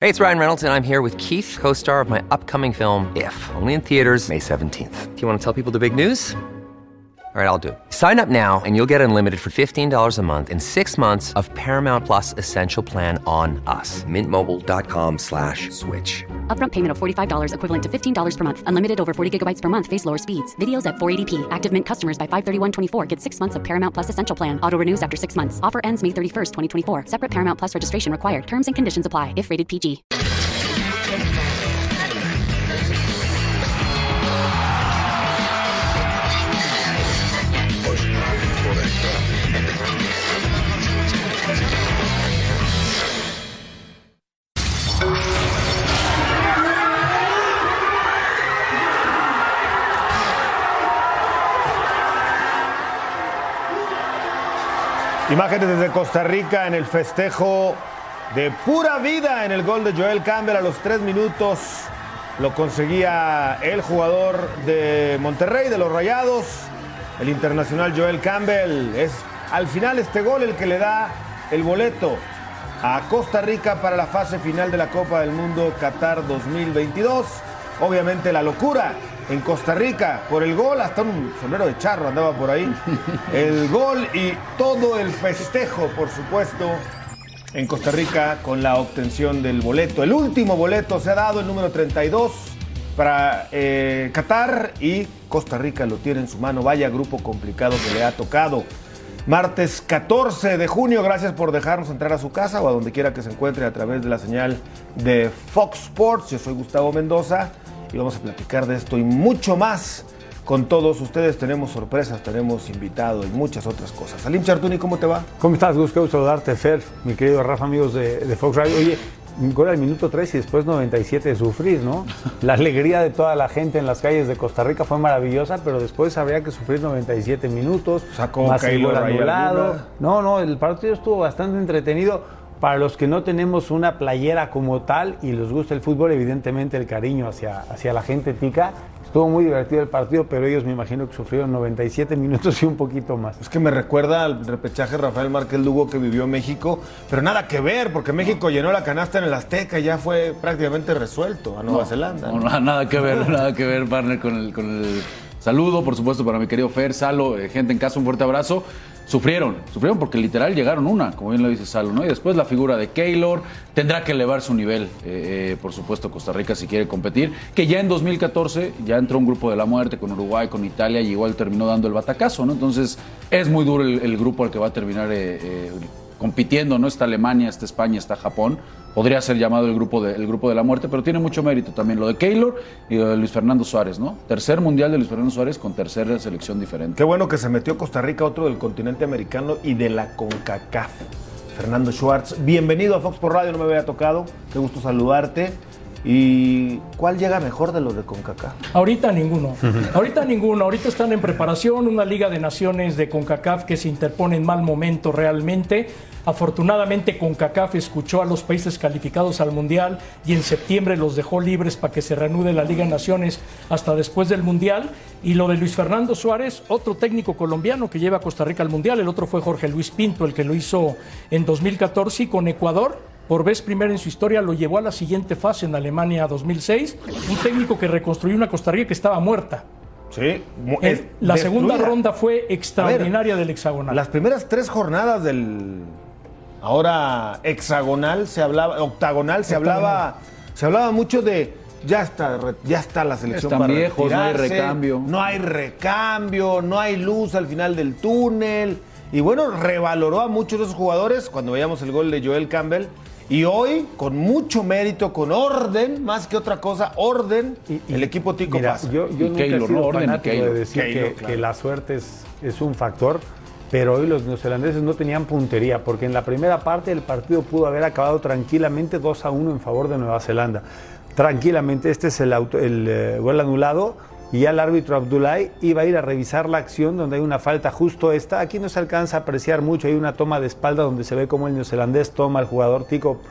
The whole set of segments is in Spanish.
Hey, it's Ryan Reynolds, and I'm here with Keith, co-star of my upcoming film, If, only in theaters May 17th. Do you want to tell people the big news? All right, I'll do it. Sign up now and you'll get unlimited for $15 a month and 6 months of Paramount Plus Essential Plan on us. MintMobile.com/switch. Upfront payment of $45 equivalent to $15 per month. Unlimited over 40 gigabytes per month. Face lower speeds. Videos at 480p. Active Mint customers by 531.24 get 6 months of Paramount Plus Essential Plan. Auto renews after 6 months. Offer ends May 31st, 2024. Separate Paramount Plus registration required. Terms and conditions apply if rated PG. Imágenes desde Costa Rica en el festejo de pura vida en el gol de Joel Campbell a los 3 minutos. Lo conseguía el jugador de Monterrey, de los Rayados, el internacional Joel Campbell. Es al final este gol el que le da el boleto a Costa Rica para la fase final de la Copa del Mundo Qatar 2022. Obviamente la locura en Costa Rica por el gol, hasta un sombrero de charro andaba por ahí. El gol y todo el festejo, por supuesto, en Costa Rica con la obtención del boleto. El último boleto se ha dado, el número 32 para Qatar, y Costa Rica lo tiene en su mano. Vaya grupo complicado que le ha tocado. Martes 14 de junio, gracias por dejarnos entrar a su casa o a donde quiera que se encuentre a través de la señal de Fox Sports. Yo soy Gustavo Mendoza y vamos a platicar de esto y mucho más con todos ustedes. Tenemos sorpresas, tenemos invitados y muchas otras cosas. Salim Chartuni, ¿cómo te va? ¿Cómo estás, Gus? Qué gusto saludarte, Fer, mi querido Rafa, amigos de Fox Radio. Oye, gol al minuto 3 y después 97 de sufrir, ¿no? La alegría de toda la gente en las calles de Costa Rica fue maravillosa, pero después habría que sufrir 97 minutos. Sacó más el gol Keylor anulado. No, el partido estuvo bastante entretenido. Para los que no tenemos una playera como tal y les gusta el fútbol, evidentemente el cariño hacia la gente tica. Estuvo muy divertido el partido, pero ellos me imagino que sufrieron 97 minutos y un poquito más. Es que me recuerda al repechaje Rafael Márquez Lugo que vivió México, pero nada que ver, porque México llenó la canasta en el Azteca y ya fue prácticamente resuelto a Nueva Zelanda. No, nada que ver, partner, con el saludo, por supuesto, para mi querido Fer, Salo, gente en casa, un fuerte abrazo. Sufrieron porque literal llegaron como bien lo dice Salo, ¿no? Y después la figura de Keylor tendrá que elevar su nivel, por supuesto, Costa Rica si quiere competir, que ya en 2014 ya entró un grupo de la muerte con Uruguay, con Italia, y igual terminó dando el batacazo, ¿no? Entonces es muy duro el grupo al que va a terminar compitiendo, ¿no? Está Alemania, está España, está Japón. Podría ser llamado el grupo de la muerte, pero tiene mucho mérito también lo de Keylor y lo de Luis Fernando Suárez, ¿no? Tercer mundial de Luis Fernando Suárez con tercera selección diferente. Qué bueno que se metió Costa Rica, otro del continente americano y de la CONCACAF. Fernando Schwartz, bienvenido a Fox por Radio, no me había tocado, qué gusto saludarte. ¿Y cuál llega mejor de los de CONCACAF? Ahorita ninguno, ahorita están en preparación, una Liga de Naciones de CONCACAF que se interpone en mal momento realmente. Afortunadamente CONCACAF escuchó a los países calificados al Mundial y en septiembre los dejó libres para que se reanude la Liga de Naciones hasta después del Mundial. Y lo de Luis Fernando Suárez, otro técnico colombiano que lleva a Costa Rica al Mundial, el otro fue Jorge Luis Pinto, el que lo hizo en 2014 y con Ecuador. Por vez primera en su historia lo llevó a la siguiente fase en Alemania 2006, un técnico que reconstruyó una Costa Rica que estaba muerta. Sí, la segunda ronda fue extraordinaria del hexagonal. Las primeras 3 jornadas del ahora octagonal se hablaba mucho de ya está la selección para viejos, retirarse, no hay recambio, no hay luz al final del túnel. Y bueno, revaloró a muchos de esos jugadores cuando veíamos el gol de Joel Campbell. Y hoy, con mucho mérito, con orden, más que otra cosa, el equipo tico pasa. Yo nunca he sido fanático de decir que la suerte es un factor, pero hoy los neozelandeses no tenían puntería, porque en la primera parte el partido pudo haber acabado tranquilamente 2-1 en favor de Nueva Zelanda. Tranquilamente, este es el gol anulado, y ya el árbitro Abdullahi iba a ir a revisar la acción donde hay una falta justo esta. Aquí no se alcanza a apreciar mucho, hay una toma de espalda donde se ve cómo el neozelandés toma al jugador tico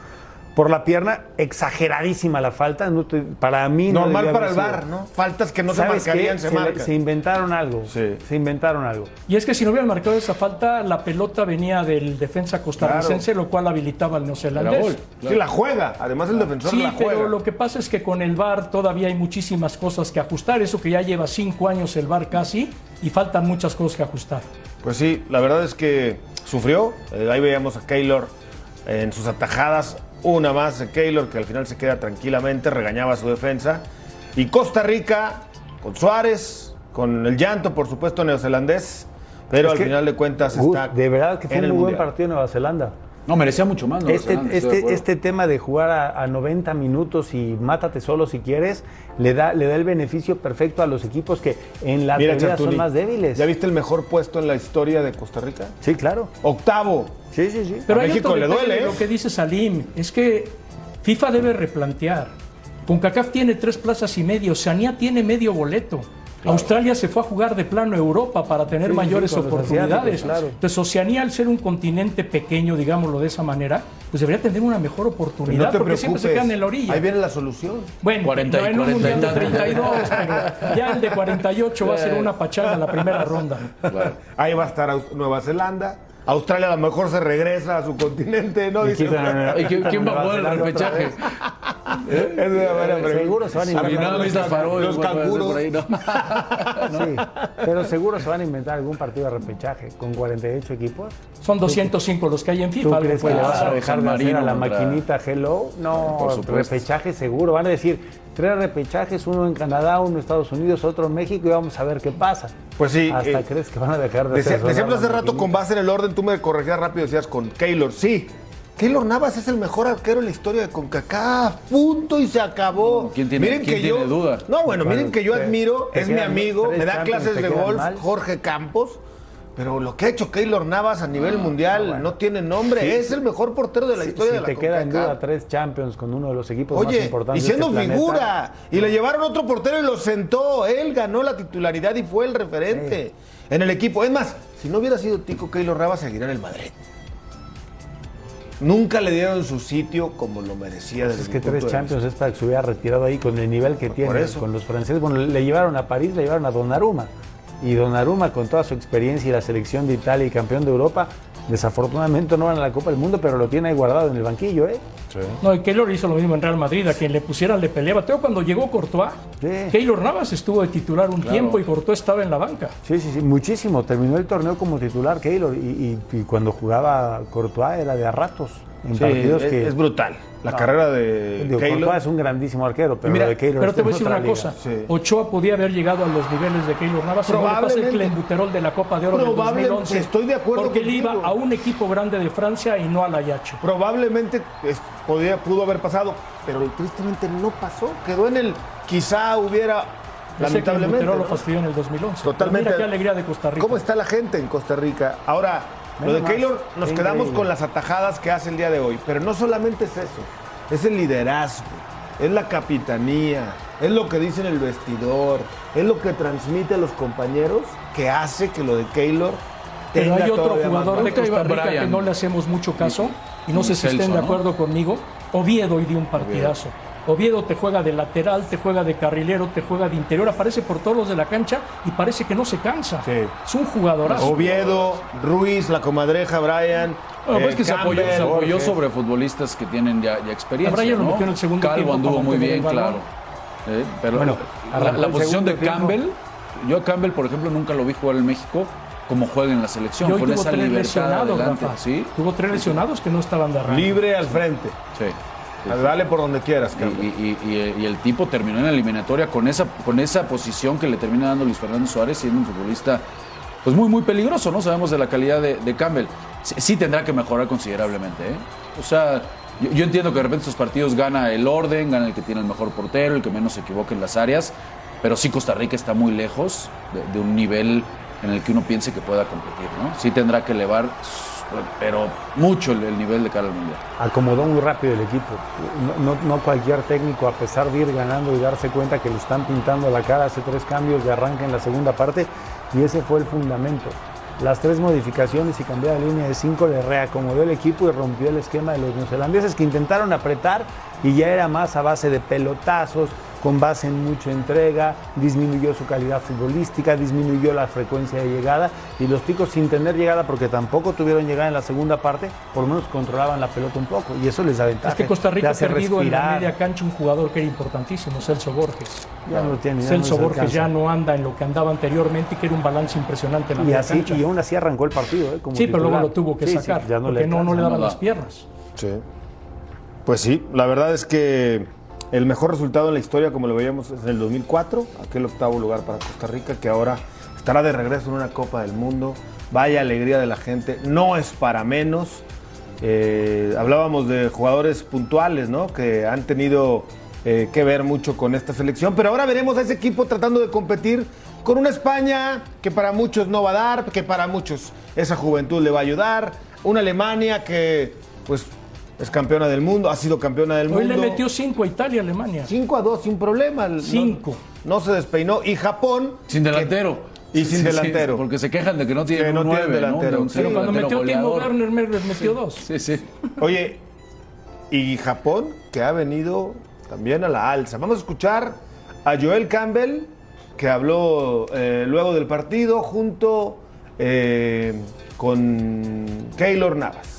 por la pierna, exageradísima la falta. Para mí no normal debía para el haber sido. VAR, ¿no? Faltas que no se marcarían, se marcan. Se inventaron algo. Sí. Se inventaron algo. Y es que si no hubieran marcado esa falta, la pelota venía del defensa costarricense, lo cual habilitaba al neozelandés. Gol, Sí, la juega. Además, el defensor la juega. Pero lo que pasa es que con el VAR todavía hay muchísimas cosas que ajustar. Eso que ya lleva 5 años el VAR casi, y faltan muchas cosas que ajustar. Pues sí, la verdad es que sufrió. Ahí veíamos a Keylor en sus atajadas. Una más de Keylor que al final se queda tranquilamente, regañaba a su defensa. Y Costa Rica con Suárez, con el llanto, por supuesto, neozelandés. Pero al final de cuentas está de verdad que fue en un el muy buen Mundial. partido de Nueva Zelanda. No, merecía mucho más. Este tema de jugar a 90 minutos y mátate solo si quieres, le da el beneficio perfecto a los equipos que en la teoría son más débiles. ¿Ya viste el mejor puesto en la historia de Costa Rica? Sí, claro. Octavo. Sí. Pero a México le duele, ¿eh? Lo que dice Salim es que FIFA debe replantear. CONCACAF tiene 3 plazas y medio, Oceanía tiene medio boleto. Claro. Australia se fue a jugar de plano a Europa para tener mayores oportunidades. Claro. Entonces, Oceanía, al ser un continente pequeño, digámoslo de esa manera, pues debería tener una mejor oportunidad, no te porque preocupes, siempre se quedan en la orilla. Ahí viene la solución. Bueno, 40 no, en un mundial de 32, pero ya el de 48 va a ser una pachanga en la primera ronda. Claro. Ahí va a estar Nueva Zelanda. Australia a lo mejor se regresa a su continente, ¿no? ¿Y quién va a jugar el repechaje? Es una buena pregunta. Seguro se van a inventar. Los canguros. Sí, pero seguro se van a inventar algún partido de repechaje con 48 equipos. Son 205 los que hay en FIFA. ¿Tú crees que le vas a dejar de hacer a la contra... maquinita Hello? No, repechaje seguro. Van a decir 3 repechajes, uno en Canadá, uno en Estados Unidos, otro en México y vamos a ver qué pasa. Pues sí. Hasta crees que van a dejar de hacer. Decíamos hace rato con base en el orden, tú me corregías rápido, decías con Keylor. Sí, Keylor Navas es el mejor arquero en la historia de CONCACAF. Punto y se acabó. ¿Quién tiene duda? No, bueno, miren que yo admiro, es mi amigo, me da clases de golf, Jorge Campos. Pero lo que ha hecho Keylor Navas a nivel mundial no tiene nombre. Sí, es el mejor portero de la historia de la CONCACAF. Si te queda en duda 3 Champions con uno de los equipos más importantes y siendo de este figura. planeta. Y le llevaron otro portero y lo sentó. Él ganó la titularidad y fue el referente en el equipo. Es más, si no hubiera sido tico, Keylor Navas seguiría en el Madrid. Nunca le dieron su sitio como lo merecía. Es que 3 Champions es para que se hubiera retirado ahí con el nivel que tiene con los franceses. Bueno, le llevaron a París, le llevaron a Donnarumma. Y Donnarumma, con toda su experiencia y la selección de Italia y campeón de Europa, desafortunadamente no van a la Copa del Mundo, pero lo tiene ahí guardado en el banquillo, ¿eh? Sí. No, y Keylor hizo lo mismo en Real Madrid, a quien le pusieran le peleaba. Pero cuando llegó Courtois, Keylor Navas estuvo de titular un tiempo y Courtois estaba en la banca. Sí, muchísimo. Terminó el torneo como titular Keylor y cuando jugaba Courtois era de a ratos. En partidos que es brutal. La carrera de Keylor. Courtois es un grandísimo arquero, pero mira, de Keylor. Pero te voy a decir una cosa. Ochoa podía haber llegado a los niveles de Keylor Navas. Si no le pasa el clenbuterol de la Copa de Oro del 2011. Estoy de acuerdo porque él iba a un equipo grande de Francia y no al Ayacho. Probablemente pudo haber pasado, pero tristemente no pasó. Quedó en el quizá hubiera. Lamentablemente. Lo fastidió en el 2011. Totalmente. Pero mira qué alegría de Costa Rica. ¿Cómo está la gente en Costa Rica? Ahora, lo de Keylor nos quedamos con las atajadas que hace el día de hoy. Pero no solamente es eso. Es el liderazgo, es la capitanía, es lo que dice en el vestidor, es lo que transmite a los compañeros que hace que lo de Keylor tenga. Pero hay otro jugador de Costa Rica que no le hacemos mucho caso y no sé si estén de acuerdo conmigo. Oviedo hoy dio un partidazo. Oviedo te juega de lateral, te juega de carrilero, te juega de interior, aparece por todos los de la cancha y parece que no se cansa. Sí. Es un jugadorazo. Oviedo, Ruiz, la comadreja, Brian. Es que se apoyó sobre futbolistas que tienen ya experiencia. Brian lo metió en el segundo Calvo tiempo. Anduvo muy bien, claro. Pero bueno, la posición de Campbell, yo a Campbell, por ejemplo, nunca lo vi jugar en México como juega en la selección, con esa libertad adelante. ¿Sí? Tuvo 3 lesionados que no estaban de arranque. Libre al frente. Sí. Dale por donde quieras, y el tipo terminó en la eliminatoria con esa posición que le termina dando Luis Fernando Suárez, siendo un futbolista pues muy peligroso, ¿no? Sabemos de la calidad de Campbell. Sí tendrá que mejorar considerablemente, ¿eh? O sea, yo entiendo que de repente estos partidos gana el orden, gana el que tiene el mejor portero, el que menos se equivoca en las áreas, pero sí Costa Rica está muy lejos de un nivel en el que uno piense que pueda competir, ¿no? Sí tendrá que elevar, pero mucho el nivel de cara al Mundial. Acomodó muy rápido el equipo. No cualquier técnico, a pesar de ir ganando y darse cuenta que le están pintando la cara, hace 3 cambios de arranque en la segunda parte y ese fue el fundamento. las 3 modificaciones y cambiar la línea de 5 le reacomodó el equipo y rompió el esquema de los neozelandeses, que intentaron apretar y ya era más a base de pelotazos, con base en mucha entrega, disminuyó su calidad futbolística, disminuyó la frecuencia de llegada, y los ticos, sin tener llegada, porque tampoco tuvieron llegada en la segunda parte, por lo menos controlaban la pelota un poco, y eso les da ventaja. Es que Costa Rica ha perdido en la media cancha un jugador que era importantísimo, Celso Borges. Ya no tiene, Celso Borges ya no anda en lo que andaba anteriormente, que era un balance impresionante en la media cancha. Y aún así arrancó el partido, como sí, titular. pero luego lo tuvo que sacar, ya porque no le daban las piernas. Sí. Pues sí, la verdad es que el mejor resultado en la historia, como lo veíamos, es en el 2004, aquel 8º lugar para Costa Rica, que ahora estará de regreso en una Copa del Mundo. Vaya alegría de la gente, no es para menos. Hablábamos de jugadores puntuales, ¿no?, que han tenido que ver mucho con esta selección, pero ahora veremos a ese equipo tratando de competir con una España que para muchos no va a dar, que para muchos esa juventud le va a ayudar, una Alemania que, pues, es campeona del mundo, ha sido campeona del mundo. Hoy le metió 5 a Italia, Alemania. 5-2, sin problema. 5. No se despeinó. Y Japón... Sin delantero. Sin delantero. Porque se quejan de que no tienen un 9, delantero. ¿no? Pero cuando metió Timo Werner, les metió 2. Sí. Oye, y Japón, que ha venido también a la alza. Vamos a escuchar a Joel Campbell, que habló luego del partido junto con Keylor Navas.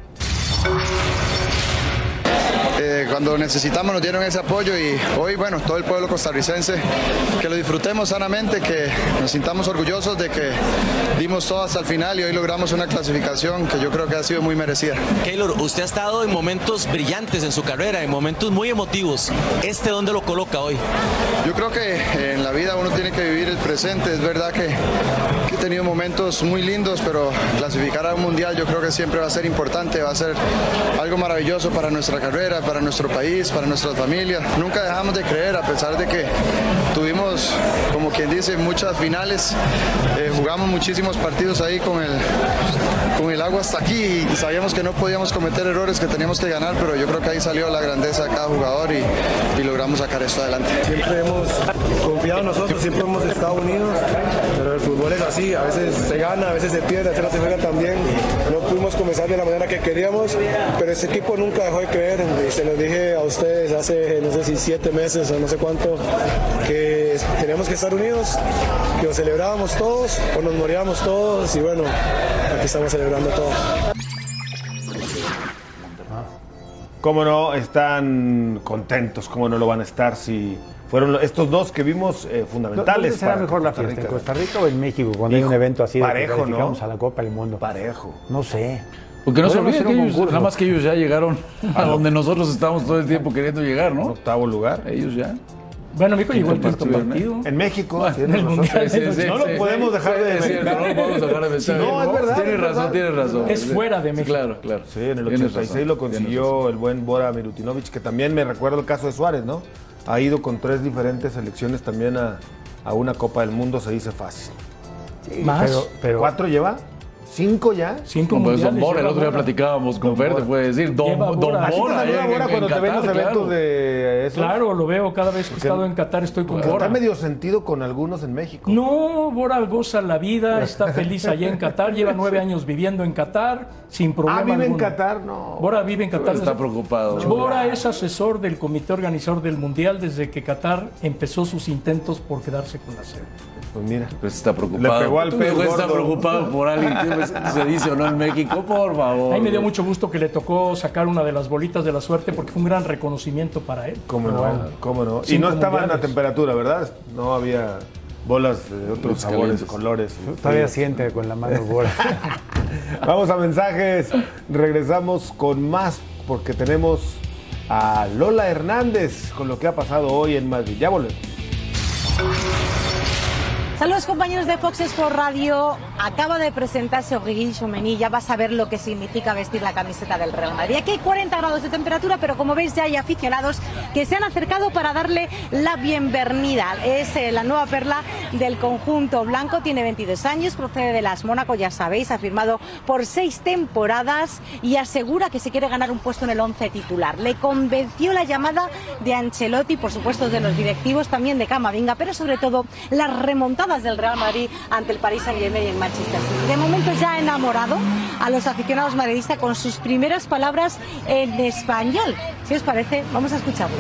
Cuando necesitamos nos dieron ese apoyo, y hoy, bueno, todo el pueblo costarricense, que lo disfrutemos sanamente, que nos sintamos orgullosos de que dimos todo hasta el final y hoy logramos una clasificación que yo creo que ha sido muy merecida. Keylor, usted ha estado en momentos brillantes en su carrera, en momentos muy emotivos. ¿Dónde lo coloca hoy? Yo creo que en la vida uno tiene que vivir el presente. Es verdad que he tenido momentos muy lindos, pero clasificar a un mundial yo creo que siempre va a ser importante, va a ser algo maravilloso para nuestra carrera, para nuestro país, para nuestras familias. Nunca dejamos de creer, a pesar de que tuvimos, como quien dice, muchas finales, jugamos muchísimos partidos ahí con el agua hasta aquí, y sabíamos que no podíamos cometer errores, que teníamos que ganar, pero yo creo que ahí salió la grandeza de cada jugador y logramos sacar esto adelante. Siempre hemos confiado en nosotros, siempre hemos estado unidos, pero el fútbol es así, a veces se gana, a veces se pierde, a veces no se juega tan bien. No pudimos comenzar de la manera que queríamos, pero ese equipo nunca dejó de creer, y se lo dije a ustedes hace, no sé si 7 meses o no sé cuánto, que teníamos que estar unidos, que lo celebrábamos todos o nos moríamos todos, y bueno, aquí estamos celebrando todo. ¿Cómo no están contentos? ¿Cómo no lo van a estar si fueron estos dos que vimos fundamentales? ¿Dónde será mejor la fiesta, en Costa Rica o en México, cuando hay un evento así parejo, de que ¿no? a la Copa del Mundo? Parejo. No sé. Porque no se olviden que ellos, concurso. nada más que ellos ya llegaron a donde nosotros estamos todo el tiempo queriendo llegar, ¿no? 8º lugar. Ellos ya. Bueno, México llegó al quinto partido. En México. Bueno, en el Mundial. No lo podemos dejar de decir. No lo podemos dejar de decir. No, es verdad. Tienes razón. Es fuera de México. Claro. Sí, en el 86 lo consiguió el buen Bora Milutinovic, que también me recuerdo el caso de Suárez, ¿no? Ha ido con 3 diferentes selecciones también a una Copa del Mundo, se dice fácil. Sí, más. Pero ¿4 lleva? ¿5 ya? 5 Como mundiales. Don Bora, el otro día platicábamos con Fer, te puede decir. Don Bora. Así te saluda Bora cuando te ven los eventos de eso. Claro, lo veo cada vez que he estado en Qatar, estoy con Bora. Está medio sentido con algunos en México. No, Bora goza la vida, está feliz allá en Qatar, lleva 9 años viviendo en Qatar, sin problema vive alguno. en Qatar, no. Bora vive en Qatar. Está preocupado. Bora es asesor del comité organizador del Mundial desde que Qatar empezó sus intentos por quedarse con la sede. Pues mira. Pues está preocupado. Le pegó al pez gordo. Está preocupado por alguien que se dice o no en México, por favor. Ahí me dio mucho gusto que le tocó sacar una de las bolitas de la suerte porque fue un gran reconocimiento para él. ¿Cómo no? Bueno, ¿Cómo no? Y 5 no estaban mundiales. a temperatura, ¿verdad? No había bolas de otros sabores, calientes. colores. Todavía siente con la mano Bora. Vamos a mensajes. Regresamos con más porque tenemos a Lola Hernández con lo que ha pasado hoy en Madrid. Ya volvemos. Saludos compañeros de Fox Sports Radio. Acaba de presentarse Origi Tchouameni, ya vas a ver lo que significa vestir la camiseta del Real Madrid. Aquí hay 40 grados de temperatura, pero como veis ya hay aficionados que se han acercado para darle la bienvenida. Es la nueva perla del conjunto blanco, tiene 22 años, procede de las Mónaco, ya sabéis, ha firmado por 6 temporadas y asegura que se quiere ganar un puesto en el 11 titular. Le convenció la llamada de Ancelotti, por supuesto de los directivos, también de Camavinga, pero sobre todo la remontada goleadas del Real Madrid ante el Paris Saint-Germain y el Manchester City. De momento ya ha enamorado a los aficionados madridistas con sus primeras palabras en español. Si os parece, vamos a escucharlo.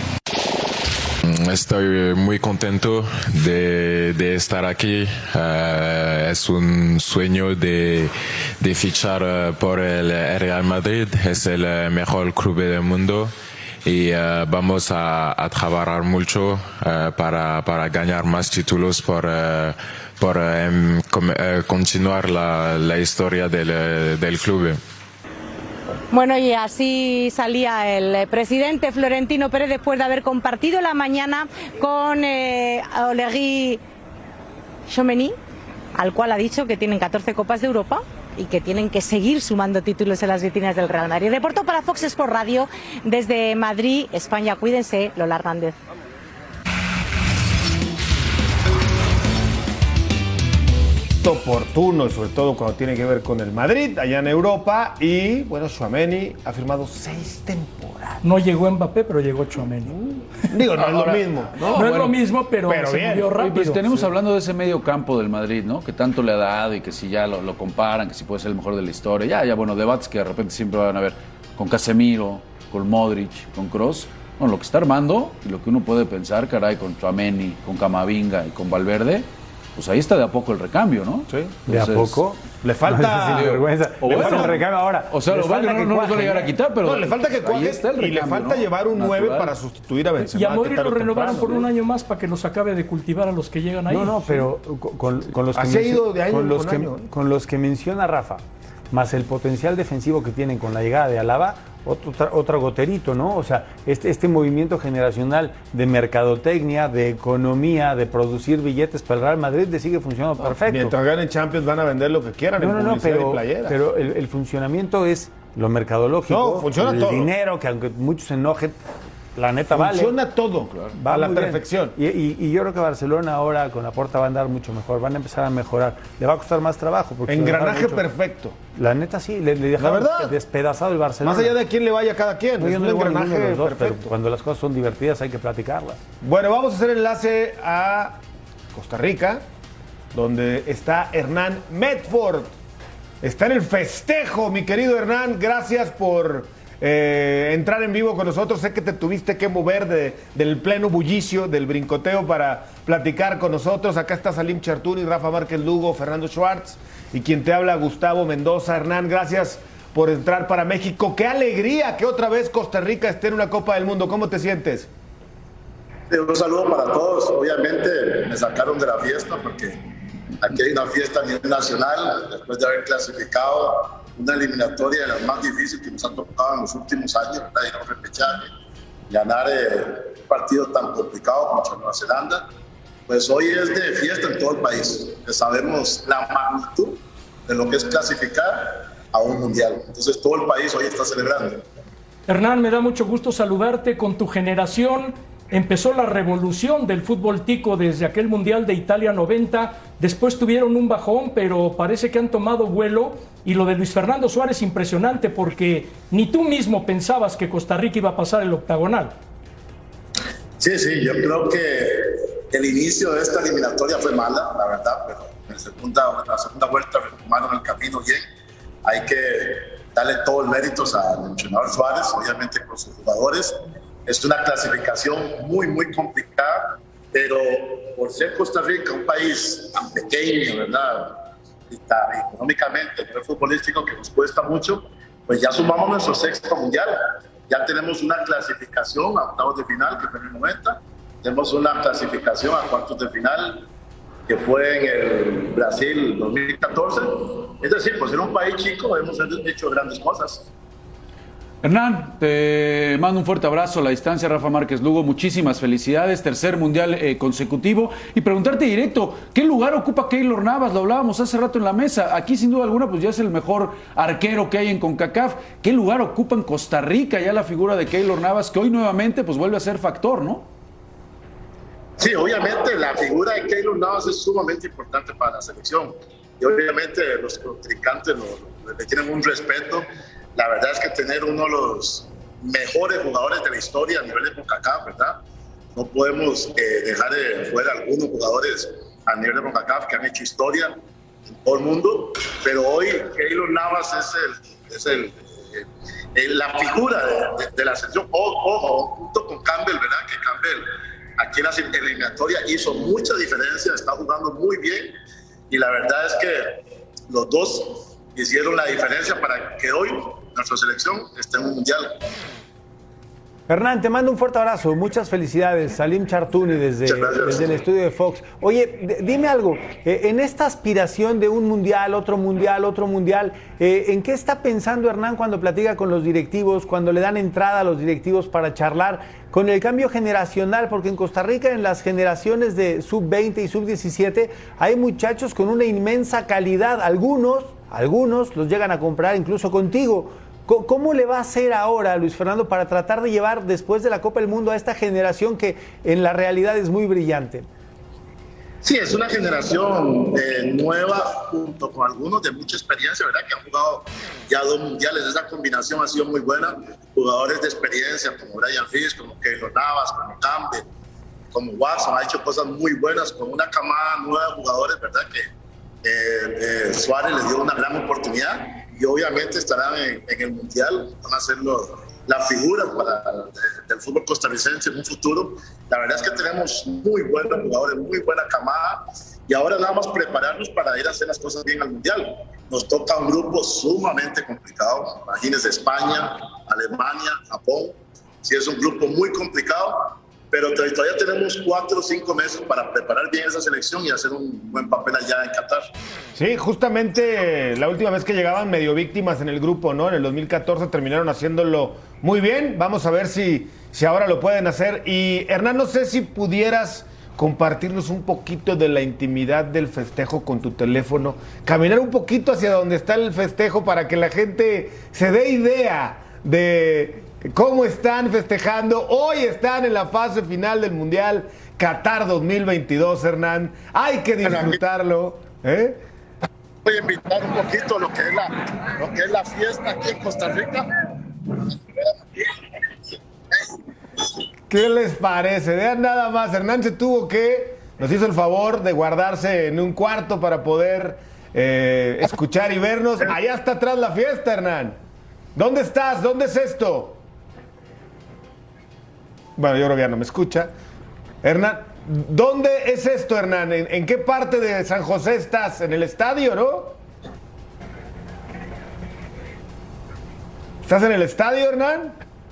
Estoy muy contento de estar aquí. Es un sueño de fichar por el Real Madrid. Es el mejor club del mundo y vamos a trabajar mucho para ganar más títulos, por continuar la historia del club. Bueno, y así salía el presidente Florentino Pérez después de haber compartido la mañana con Olegui Tchouameni, al cual ha dicho que tienen 14 Copas de Europa y que tienen que seguir sumando títulos en las vitrinas del Real Madrid. Reportó para Fox Sports Radio desde Madrid, España. Cuídense, Lola Hernández. Oportuno, sobre todo cuando tiene que ver con el Madrid, allá en Europa. Y bueno, Tchouameni ha firmado 6 temporadas. No llegó Mbappé, pero llegó Tchouameni. Digo, no es lo mismo. No es lo mismo, pero se movió rápido. Pues tenemos hablando de ese medio campo del Madrid, ¿no? Que tanto le ha dado y que si ya lo comparan, que si puede ser el mejor de la historia. Ya, bueno, debates que de repente siempre van a haber con Casemiro, con Modric, con Kroos. Bueno, lo que está armando y lo que uno puede pensar, caray, con Tchouameni, con Camavinga y con Valverde, pues ahí está de a poco el recambio, ¿no? Sí. Entonces, ¿de a poco? Le falta... No, vergüenza. Le falta el recambio ahora. O sea, lo vale, no nos va a llegar a quitar, pero... No, le falta que cuaje y le falta llevar un 9 para sustituir a Benzema. Y a Modric lo renovaron por un año más para que nos acabe de cultivar a los que llegan ahí. No, pero con los Así ha ido de año con los que menciona Rafa, más el potencial defensivo que tienen con la llegada de Alaba, otro goterito, ¿no? O sea, este movimiento generacional de mercadotecnia, de economía, de producir billetes para el Real Madrid le sigue funcionando perfecto. Mientras ganen Champions van a vender lo que quieran en publicidad y playeras. Pero el funcionamiento es lo mercadológico, no, funciona el todo. Dinero, que aunque muchos se enojen, la neta funciona todo, claro. Va a la perfección. Y yo creo que Barcelona ahora con Laporta va a andar mucho mejor, van a empezar a mejorar. Le va a costar más trabajo. Engranaje perfecto. La neta sí, le dejaron despedazado el Barcelona. Más allá de quién le vaya a cada quien. No, es un engranaje de los dos, perfecto. pero cuando las cosas son divertidas hay que platicarlas. Bueno, vamos a hacer enlace a Costa Rica, donde está Hernán Medford. Está en el festejo, mi querido Hernán. Gracias por entrar en vivo con nosotros. Sé que te tuviste que mover del pleno bullicio, del brincoteo para platicar con nosotros. Acá está Salim Chertuni, Rafa Márquez Lugo, Fernando Schwartz y quien te habla, Gustavo Mendoza. Hernán, gracias por entrar para México. Qué alegría que otra vez Costa Rica esté en una Copa del Mundo. ¿Cómo te sientes? Un saludo para todos. Obviamente me sacaron de la fiesta porque aquí hay una fiesta a nivel nacional después de haber clasificado una eliminatoria de las más difíciles que nos ha tocado en los últimos años, ¿verdad? Ir a un repechaje, ganar un partido tan complicado contra Nueva Zelanda. Pues hoy es de fiesta en todo el país, que sabemos la magnitud de lo que es clasificar a un mundial. Entonces todo el país hoy está celebrando. Hernán, me da mucho gusto saludarte. Con tu generación empezó la revolución del fútbol tico desde aquel Mundial de Italia 90. Después tuvieron un bajón, pero parece que han tomado vuelo. Y lo de Luis Fernando Suárez impresionante, porque ni tú mismo pensabas que Costa Rica iba a pasar el octagonal. Sí, yo creo que el inicio de esta eliminatoria fue mala, la verdad, pero en la segunda vuelta retomaron el camino bien. Hay que darle todo el mérito al entrenador Suárez, obviamente con sus jugadores. Es una clasificación muy, muy complicada, pero por ser Costa Rica un país tan pequeño, ¿verdad? Y tan económicamente, a nivel futbolístico, que nos cuesta mucho, pues ya sumamos nuestro sexto mundial. Ya tenemos una clasificación a octavos de final, que fue en el 90. Tenemos una clasificación a cuartos de final, que fue en el Brasil 2014. Es decir, pues en un país chico hemos hecho grandes cosas. Hernán, te mando un fuerte abrazo a la distancia, Rafa Márquez Lugo, muchísimas felicidades, tercer mundial consecutivo, y preguntarte directo, ¿qué lugar ocupa Keylor Navas? Lo hablábamos hace rato en la mesa, aquí sin duda alguna pues ya es el mejor arquero que hay en CONCACAF. ¿Qué lugar ocupa en Costa Rica ya la figura de Keylor Navas, que hoy nuevamente pues vuelve a ser factor, ¿no? Sí, obviamente la figura de Keylor Navas es sumamente importante para la selección, y obviamente los contrincantes le tienen un respeto. La verdad es que tener uno de los mejores jugadores de la historia a nivel de CONCACAF, ¿verdad? No podemos dejar de fuera algunos jugadores a nivel de CONCACAF que han hecho historia en todo el mundo, pero hoy Keylor Navas es la figura de la selección. Ojo, junto con Campbell, ¿verdad? Que Campbell aquí en la eliminatoria hizo mucha diferencia, está jugando muy bien y la verdad es que los dos hicieron la diferencia para que hoy nuestra selección esté en un mundial. Hernán, te mando un fuerte abrazo, muchas felicidades. Salim Chartouni desde el estudio de Fox. Oye, dime algo, en esta aspiración de un mundial, otro mundial, ¿en qué está pensando Hernán cuando platica con los directivos, cuando le dan entrada a los directivos para charlar con el cambio generacional? Porque en Costa Rica, en las generaciones de sub-20 y sub-17, hay muchachos con una inmensa calidad. Algunos los llegan a comprar incluso contigo. ¿Cómo le va a hacer ahora Luis Fernando para tratar de llevar después de la Copa del Mundo a esta generación que en la realidad es muy brillante? Sí, es una generación nueva, junto con algunos de mucha experiencia, ¿verdad? Que han jugado ya 2 mundiales. Esa combinación ha sido muy buena. Jugadores de experiencia como Brian Fisk, como Keylor Navas, como Campbell, como Watson, ha hecho cosas muy buenas con una camada nueva de jugadores, ¿verdad? Que Suárez les dio una gran oportunidad. Y obviamente estarán en el Mundial, van a ser las figuras del fútbol costarricense en un futuro. La verdad es que tenemos muy buenos jugadores, muy buena camada, y ahora nada más prepararnos para ir a hacer las cosas bien al Mundial. Nos toca un grupo sumamente complicado, imagínense España, Alemania, Japón, sí es un grupo muy complicado, pero todavía tenemos 4 o 5 meses para preparar bien esa selección y hacer un buen papel allá en Qatar. Sí, justamente la última vez que llegaban medio víctimas en el grupo, ¿no? En el 2014 terminaron haciéndolo muy bien. Vamos a ver si ahora lo pueden hacer. Y Hernán, no sé si pudieras compartirnos un poquito de la intimidad del festejo con tu teléfono, caminar un poquito hacia donde está el festejo para que la gente se dé idea de cómo están festejando. Hoy están en la fase final del Mundial Qatar 2022, Hernán. Hay que disfrutarlo. Voy a invitar un poquito lo que es la fiesta aquí en Costa Rica. ¿Qué les parece? Vean nada más, Hernán nos hizo el favor de guardarse en un cuarto para poder escuchar y vernos. Allá está atrás la fiesta, Hernán. ¿Dónde estás? ¿Dónde es esto? Bueno, yo creo que ya no me escucha. Hernán, ¿dónde es esto, Hernán? ¿En qué parte de San José estás? ¿En el estadio, no? ¿Estás en el estadio, Hernán?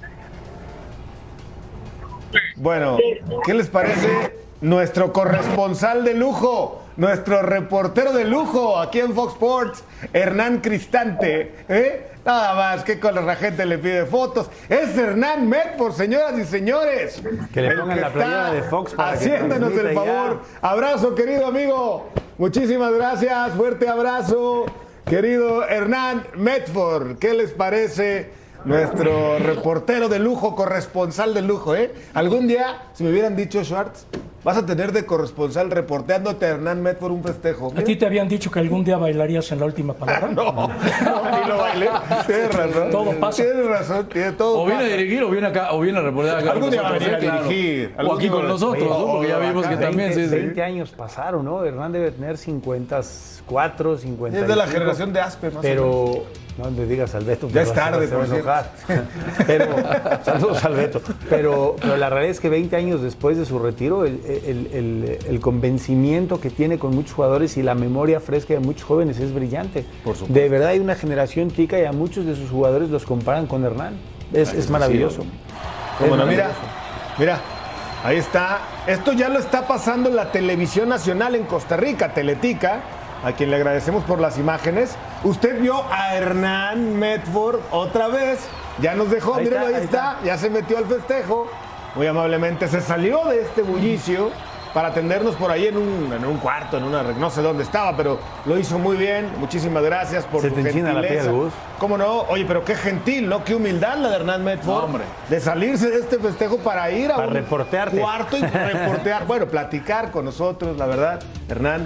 Bueno, ¿qué les parece nuestro corresponsal de lujo, nuestro reportero de lujo aquí en Fox Sports, Hernán Cristante? Nada más que con la gente le pide fotos. Es Hernán Medford, señoras y señores. Que le pongan la playera de Fox para haciéndonos el favor. Ya. Abrazo, querido amigo. Muchísimas gracias. Fuerte abrazo, querido Hernán Medford. ¿Qué les parece nuestro reportero de lujo, corresponsal de lujo? Algún día, si me hubieran dicho, Schwartz, vas a tener de corresponsal reporteándote a Hernán Medford un festejo. ¿A ti te habían dicho que algún día bailarías en La Última Palabra? No, ni lo bailé. Tienes razón. Todo pasa. Tienes razón, todo o viene a dirigir o viene acá, o viene a reportear acá. Algún día va a venir a dirigir. O aquí con nosotros, ¿no? Porque ya vimos que también... 20 años pasaron, ¿no? Hernán debe tener 54, 50. Es de la generación de Aspe, más pero... o menos. No le digas al Beto. Ya es tarde, por cierto. Pero, saludos al Beto. Pero la realidad es que 20 años después de su retiro, el convencimiento que tiene con muchos jugadores y la memoria fresca de muchos jóvenes es brillante. Por supuesto. De verdad hay una generación tica y a muchos de sus jugadores los comparan con Hernán. Es maravilloso. Bueno, mira, ahí está. Esto ya lo está pasando en la televisión nacional en Costa Rica, Teletica, a quien le agradecemos por las imágenes. Usted vio a Hernán Medford otra vez. Ya nos dejó, mírenlo, ahí está. Ya se metió al festejo. Muy amablemente se salió de este bullicio para atendernos por ahí en un cuarto, no sé dónde estaba, pero lo hizo muy bien. Muchísimas gracias por su gentileza. La piel, Gus. ¿Cómo no? Oye, pero qué gentil, ¿no? Qué humildad la de Hernán Medford. No, hombre. De salirse de este festejo para ir a un reportearte. Cuarto y reportear. Bueno, platicar con nosotros, la verdad. Hernán,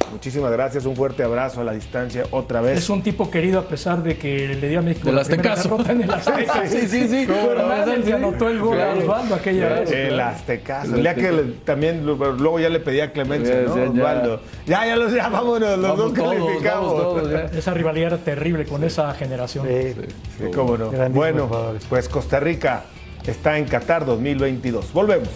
Muchísimas gracias, un fuerte abrazo a la distancia otra vez. Es un tipo querido a pesar de que le dio a México la primera derrota en el Azteca. Sí. Fernández se anotó el gol a Osvaldo aquella vez. El Aztecaso. El día que también, luego ya le pedía clemencia, ¿no? Osvaldo. Ya vámonos, los dos calificamos. Esa rivalidad era terrible con esa generación. Sí, cómo no. Bueno, pues Costa Rica está en Qatar 2022. Volvemos.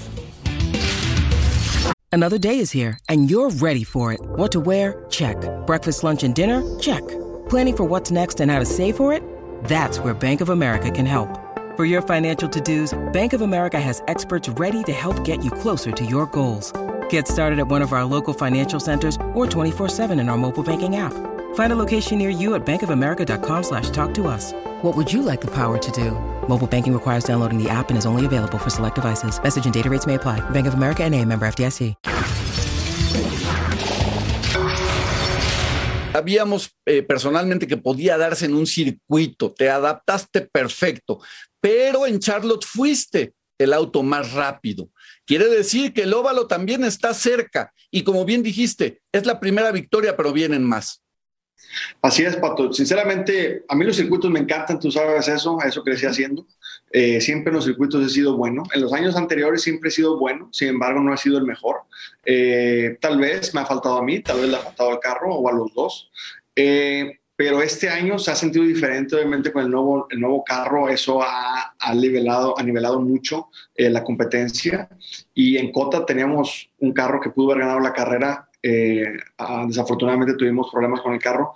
Another day is here, and you're ready for it. What to wear? Check. Breakfast, lunch, and dinner? Check. Planning for what's next and how to save for it? That's where Bank of America can help. For your financial to-dos, Bank of America has experts ready to help get you closer to your goals. Get started at one of our local financial centers or 24/7 in our mobile banking app. Find a location near you at bankofamerica.com/talktous. What would you like the power to do? Mobile banking requires downloading the app and is only available for select devices. Message and data rates may apply. Bank of America N.A., member FDIC. Sabíamos personalmente que podía darse en un circuito, te adaptaste perfecto, pero en Charlotte fuiste el auto más rápido. Quiere decir que el óvalo también está cerca y como bien dijiste, es la primera victoria, pero vienen más. Así es, Pato. Sinceramente, a mí los circuitos me encantan, tú sabes eso crecí haciendo. Siempre en los circuitos he sido bueno. En los años anteriores siempre he sido bueno, sin embargo no he sido el mejor. Tal vez me ha faltado a mí, tal vez le ha faltado al carro o a los dos. Pero este año se ha sentido diferente, obviamente, con el nuevo carro. Eso ha nivelado mucho la competencia. Y en Cota teníamos un carro que pudo haber ganado la carrera. Desafortunadamente tuvimos problemas con el carro.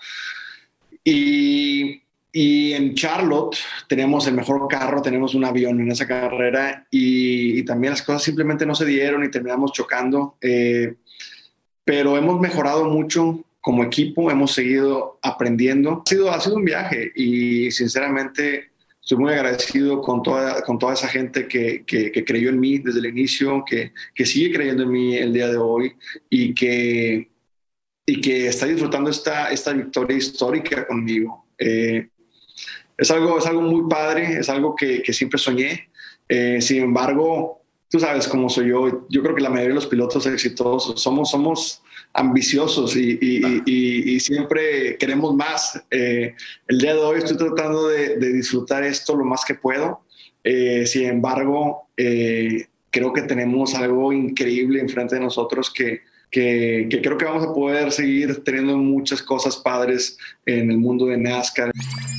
Y en Charlotte tenemos el mejor carro, tenemos un avión en esa carrera y también las cosas simplemente no se dieron y terminamos chocando. Pero hemos mejorado mucho como equipo, hemos seguido aprendiendo. Ha sido un viaje y sinceramente estoy muy agradecido con toda esa gente que creyó en mí desde el inicio, que sigue creyendo en mí el día de hoy y que está disfrutando esta victoria histórica conmigo. Es algo muy padre, es algo que siempre soñé. Sin embargo, tú sabes cómo soy yo. Yo creo que la mayoría de los pilotos exitosos somos ambiciosos y siempre queremos más. El día de hoy estoy tratando de disfrutar esto lo más que puedo. Sin embargo, creo que tenemos algo increíble enfrente de nosotros que creo que vamos a poder seguir teniendo muchas cosas padres en el mundo de NASCAR.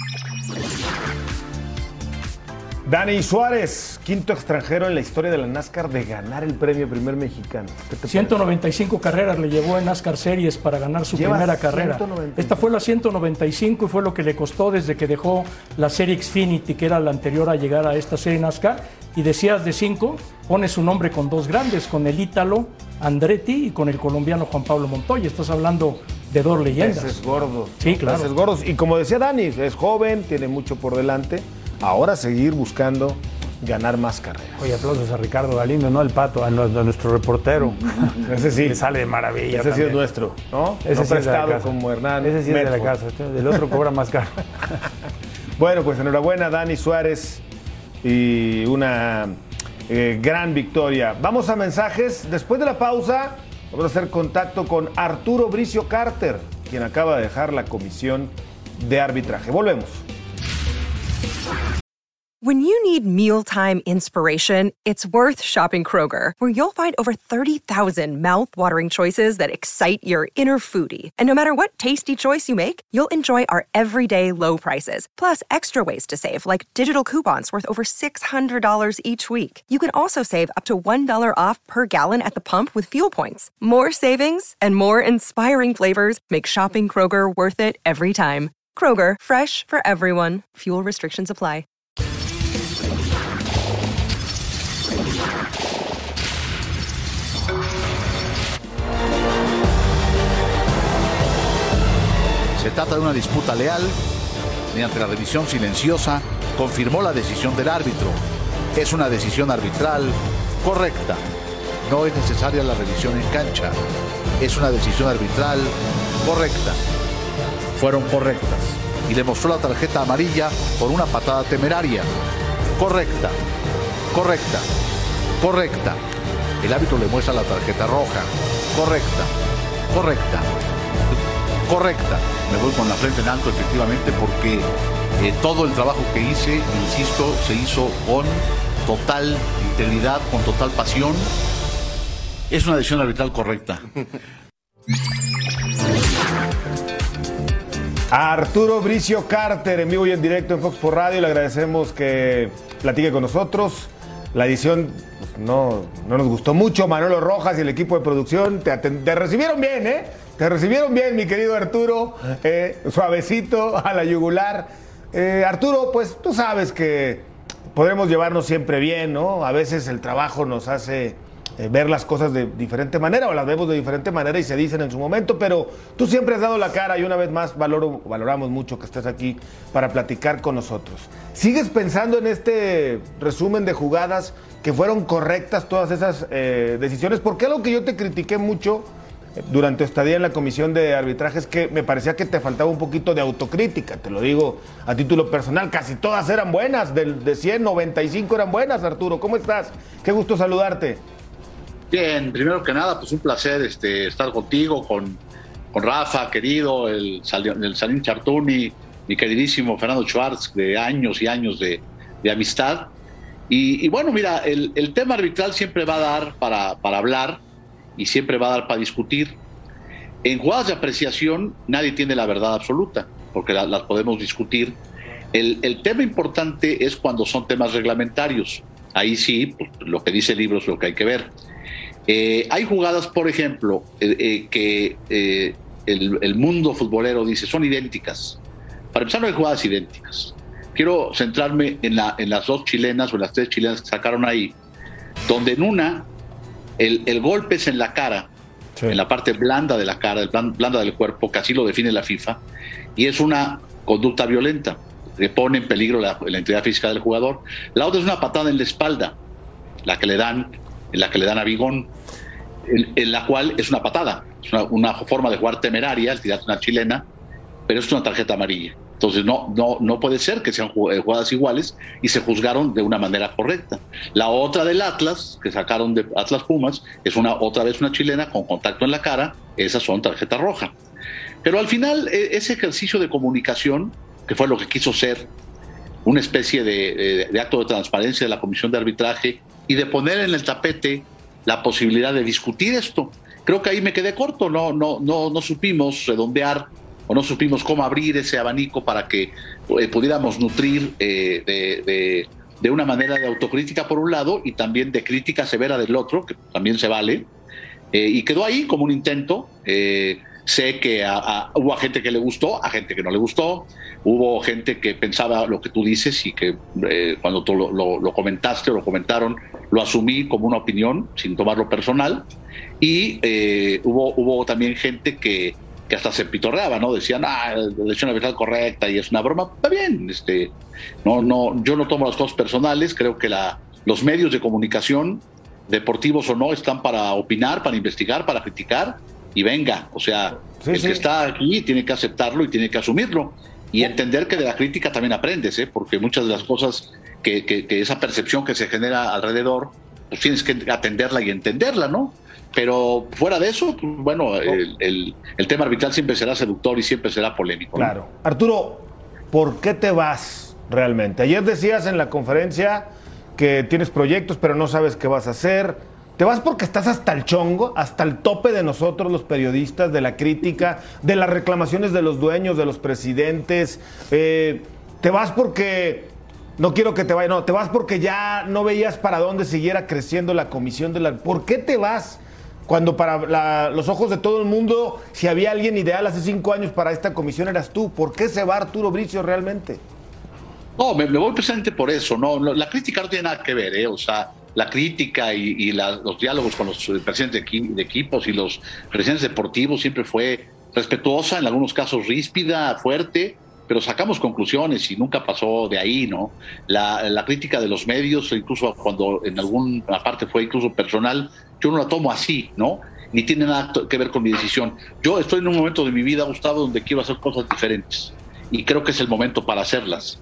Dani Suárez, quinto extranjero en la historia de la NASCAR de ganar el premio primer mexicano. 195 carreras le llevó en NASCAR Series para ganar su primera carrera. 195. Esta fue la 195 y fue lo que le costó desde que dejó la serie Xfinity, que era la anterior a llegar a esta serie NASCAR. Y decías de 5, pone su nombre con dos grandes, con el ítalo Andretti y con el colombiano Juan Pablo Montoya. Estás hablando de dos leyendas. Peces gordos. Sí, claro. Peces gordos. Y como decía Dani, es joven, tiene mucho por delante. Ahora seguir buscando ganar más carreras. Oye, aplausos a Ricardo Galindo, no al Pato, a nuestro reportero. Ese sí. Le sale de maravilla. Ese sí es nuestro, ¿no? Ese no sí prestado es de la casa. Como Hernán. Ese sí es de la casa. El otro cobra más caro. Bueno, pues enhorabuena, Dani Suárez. Y una gran victoria. Vamos a mensajes. Después de la pausa, vamos a hacer contacto con Arturo Bricio Carter, quien acaba de dejar la comisión de arbitraje. Volvemos. When you need mealtime inspiration, it's worth shopping Kroger, where you'll find over 30,000 mouth-watering choices that excite your inner foodie. And no matter what tasty choice you make, you'll enjoy our everyday low prices, plus extra ways to save, like digital coupons worth over $600 each week. You can also save up to $1 off per gallon at the pump with fuel points. More savings and more inspiring flavors make shopping Kroger worth it every time. Kroger, fresh for everyone. Fuel restrictions apply. Se trata de una disputa leal. Mediante la revisión silenciosa, confirmó la decisión del árbitro. Es una decisión arbitral correcta. No es necesaria la revisión en cancha. Es una decisión arbitral correcta. Fueron correctas. Y le mostró la tarjeta amarilla por una patada temeraria. Correcta. Correcta. Correcta. El árbitro le muestra la tarjeta roja. Correcta. Correcta. correcta. Me voy con la frente en alto, efectivamente, porque todo el trabajo que hice, insisto, se hizo con total integridad, con total pasión. Es una decisión arbitral correcta. A Arturo Bricio Carter, en vivo y en directo en Fox Sports Radio, le agradecemos que platique con nosotros. La edición pues, no nos gustó mucho. Manolo Rojas y el equipo de producción te recibieron bien, ¿eh? Te recibieron bien, mi querido Arturo. Suavecito a la yugular. Arturo, pues tú sabes que podremos llevarnos siempre bien, ¿no? A veces el trabajo nos hace ver las cosas de diferente manera o las vemos de diferente manera y se dicen en su momento, pero tú siempre has dado la cara y una vez más valoramos mucho que estés aquí para platicar con nosotros. ¿Sigues pensando en este resumen de jugadas que fueron correctas todas esas decisiones? Porque algo que yo te critiqué mucho durante tu estadía en la comisión de arbitraje es que me parecía que te faltaba un poquito de autocrítica, te lo digo a título personal, casi todas eran buenas, de 100, 95 eran buenas. Arturo, ¿cómo estás? Qué gusto saludarte. Bien, primero que nada, pues un placer estar contigo, con Rafa, querido, el Salim Chartuni, mi queridísimo Fernando Schwartz, de años y años de amistad. Y bueno, mira, el tema arbitral siempre va a dar para hablar y siempre va a dar para discutir. En jugadas de apreciación nadie tiene la verdad absoluta, porque las podemos discutir. El tema importante es cuando son temas reglamentarios. Ahí sí, pues, lo que dice el libro es lo que hay que ver. Hay jugadas, por ejemplo, que el mundo futbolero dice son idénticas. Para empezar, no hay jugadas idénticas. Quiero centrarme en las dos chilenas o en las tres chilenas que sacaron ahí, donde en una el golpe es en la cara, sí, en la parte blanda de la cara, blanda del cuerpo, que así lo define la FIFA, y es una conducta violenta que pone en peligro la integridad física del jugador. La otra es una patada en la espalda, la que le dan a Bigón, en la cual es una patada, es una forma de jugar temeraria, el tirarte una chilena, pero es una tarjeta amarilla. Entonces no puede ser que sean jugadas iguales y se juzgaron de una manera correcta. La otra del Atlas, que sacaron de Atlas Pumas, es otra vez una chilena con contacto en la cara, esas son tarjeta roja. Pero al final ese ejercicio de comunicación, que fue lo que quiso ser una especie de acto de transparencia de la comisión de arbitraje y de poner en el tapete la posibilidad de discutir esto. Creo que ahí me quedé corto, no supimos redondear o no supimos cómo abrir ese abanico para que pudiéramos nutrir de una manera de autocrítica por un lado y también de crítica severa del otro, que también se vale, y quedó ahí como un intento. Sé que hubo gente que le gustó, a gente que no le gustó, hubo gente que pensaba lo que tú dices y que cuando tú lo comentaste o lo comentaron, lo asumí como una opinión sin tomarlo personal, y hubo también gente que hasta se pitorreaba, ¿no? Decían, la decisión arbitral correcta y es una broma. Está bien, yo no tomo las cosas personales, creo que los medios de comunicación, deportivos o no, están para opinar, para investigar, para criticar, y venga, o sea, que está aquí tiene que aceptarlo y tiene que asumirlo y entender que de la crítica también aprendes, porque muchas de las cosas que esa percepción que se genera alrededor, pues tienes que atenderla y entenderla, ¿no? Pero fuera de eso, pues, bueno, el tema arbitral siempre será seductor y siempre será polémico, ¿no? Claro. Arturo, ¿por qué te vas realmente? Ayer decías en la conferencia que tienes proyectos pero no sabes qué vas a hacer. ¿Te vas porque estás hasta el chongo, hasta el tope de nosotros los periodistas, de la crítica, de las reclamaciones de los dueños, de los presidentes? ¿Te vas porque no quiero que te vayas? No, te vas porque ya no veías para dónde siguiera creciendo la comisión de la... ¿Por qué te vas? Cuando para los ojos de todo el mundo, si había alguien ideal hace 5 años para esta comisión eras tú. ¿Por qué se va Arturo Bricio realmente? No, me voy precisamente por eso. No, la crítica no tiene nada que ver, o sea, la crítica y los diálogos con los presidentes de equipos y los presidentes deportivos siempre fue respetuosa, en algunos casos ríspida, fuerte, pero sacamos conclusiones y nunca pasó de ahí, ¿no? La crítica de los medios, incluso cuando en alguna parte fue incluso personal, yo no la tomo así, ¿no? Ni tiene nada que ver con mi decisión. Yo estoy en un momento de mi vida, Gustavo, donde quiero hacer cosas diferentes y creo que es el momento para hacerlas.